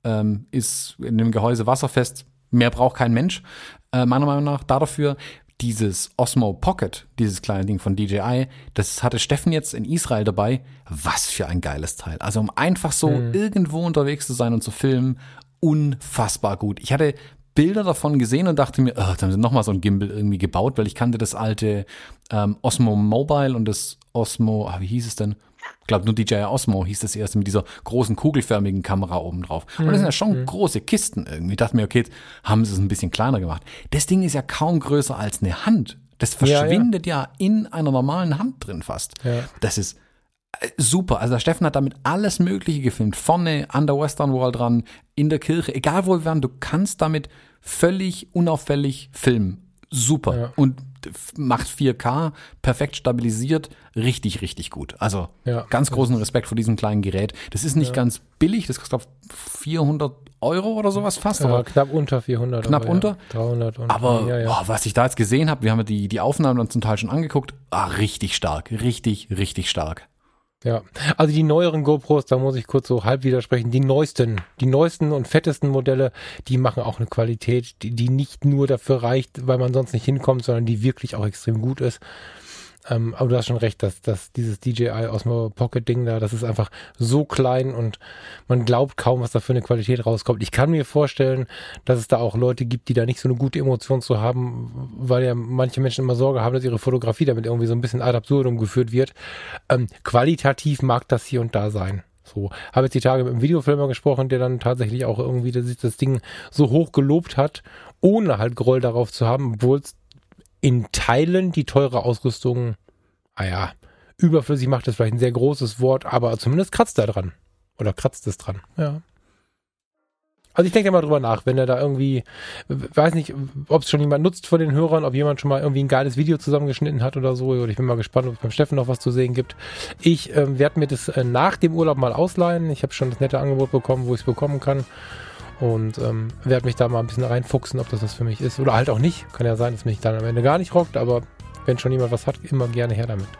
ist in dem Gehäuse wasserfest. Mehr braucht kein Mensch, meiner Meinung nach. Dafür dieses Osmo Pocket, dieses kleine Ding von DJI, das hatte Steffen jetzt in Israel dabei. Was für ein geiles Teil. Also um einfach so irgendwo unterwegs zu sein und zu filmen, unfassbar gut. Ich hatte Bilder davon gesehen und dachte mir, da haben sie nochmal so ein Gimbal irgendwie gebaut, weil ich kannte das alte Osmo Mobile und das Osmo, wie hieß es denn? Ich glaube nur DJI Osmo hieß das erste mit dieser großen kugelförmigen Kamera oben drauf. Und das sind ja schon große Kisten irgendwie. Ich dachte mir, okay, jetzt haben sie es ein bisschen kleiner gemacht. Das Ding ist ja kaum größer als eine Hand. Das verschwindet ja in einer normalen Hand drin fast. Ja. Das ist super. Also der Steffen hat damit alles Mögliche gefilmt. Vorne, an der Western Wall dran, in der Kirche, egal wo wir waren, du kannst damit völlig unauffällig filmen. Super. Ja. Und macht 4K, perfekt stabilisiert, richtig, richtig gut. Also ganz großen Respekt vor diesem kleinen Gerät. Das ist nicht ganz billig, das kostet 400 Euro oder sowas fast.
Ja, aber knapp unter 400.
Knapp unter?
300.
Aber was ich da jetzt gesehen habe, wir haben die Aufnahmen dann zum Teil schon angeguckt, richtig stark, richtig, richtig stark.
Ja, also die neueren GoPros, da muss ich kurz so halb widersprechen, die neuesten und fettesten Modelle, die machen auch eine Qualität, die nicht nur dafür reicht, weil man sonst nicht hinkommt, sondern die wirklich auch extrem gut ist. Aber du hast schon recht, dass dieses DJI Osmo Pocket Ding da, das ist einfach so klein und man glaubt kaum, was da für eine Qualität rauskommt. Ich kann mir vorstellen, dass es da auch Leute gibt, die da nicht so eine gute Emotion zu haben, weil ja manche Menschen immer Sorge haben, dass ihre Fotografie damit irgendwie so ein bisschen ad absurdum geführt wird. Qualitativ mag das hier und da sein. So, habe jetzt die Tage mit einem Videofilmer gesprochen, der dann tatsächlich auch irgendwie das Ding so hoch gelobt hat, ohne halt Groll darauf zu haben, obwohl es in Teilen die teure Ausrüstung, überflüssig macht, ist vielleicht ein sehr großes Wort, aber zumindest kratzt er dran. Oder kratzt es dran, ja. Also ich denke mal drüber nach, wenn er da irgendwie, weiß nicht, ob es schon jemand nutzt von den Hörern, ob jemand schon mal irgendwie ein geiles Video zusammengeschnitten hat oder so. Oder ich bin mal gespannt, ob es beim Steffen noch was zu sehen gibt. Ich werde mir das nach dem Urlaub mal ausleihen. Ich habe schon das nette Angebot bekommen, wo ich es bekommen kann. Und werde mich da mal ein bisschen reinfuchsen, ob das was für mich ist. Oder halt auch nicht. Kann ja sein, dass mich dann am Ende gar nicht rockt, aber wenn schon jemand was hat, immer gerne her damit.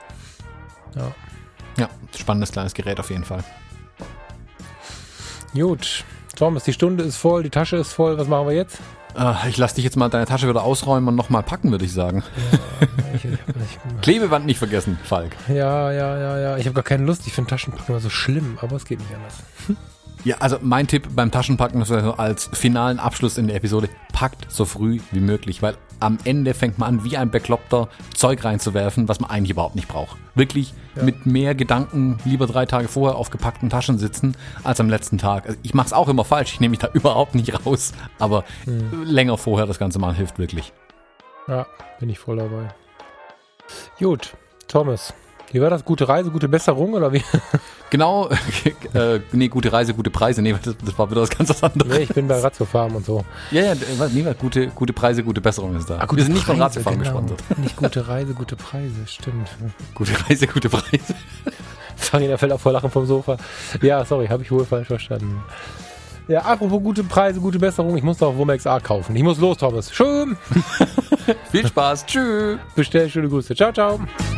Ja, spannendes kleines Gerät auf jeden Fall.
Gut. Thomas, die Stunde ist voll, die Tasche ist voll. Was machen wir jetzt?
Ich lasse dich jetzt mal deine Tasche wieder ausräumen und nochmal packen, würde ich sagen. Klebeband nicht vergessen, Falk.
Ja. Ich habe gar keine Lust. Ich finde Taschenpacken immer so schlimm, aber es geht nicht anders.
Ja, also mein Tipp beim Taschenpacken ist also als finalen Abschluss in der Episode, packt so früh wie möglich, weil am Ende fängt man an, wie ein Bekloppter Zeug reinzuwerfen, was man eigentlich überhaupt nicht braucht. Wirklich mit mehr Gedanken lieber 3 Tage vorher auf gepackten Taschen sitzen, als am letzten Tag. Also ich mache es auch immer falsch, ich nehme mich da überhaupt nicht raus, aber länger vorher das Ganze machen hilft wirklich.
Ja, bin ich voll dabei. Gut, Thomas, wie war das? Gute Reise, gute Besserung oder wie?
Genau, nee, gute Reise, gute Preise, nee, das war wieder was ganz anderes.
Nee, ich bin bei Ratio Farm und so.
Ja, gute Preise, gute Besserung ist da. Wir sind nicht von Ratio Farm gesponsert.
Nicht gute Reise, gute Preise, stimmt.
Gute Reise, gute Preise.
Sorry, da fällt auch vor Lachen vom Sofa. Ja, sorry, habe ich wohl falsch verstanden. Ja, apropos gute Preise, gute Besserung, ich muss doch Womex A kaufen. Ich muss los, Thomas. Schön.
Viel Spaß, tschüss.
Bestell schöne Grüße. Ciao, ciao.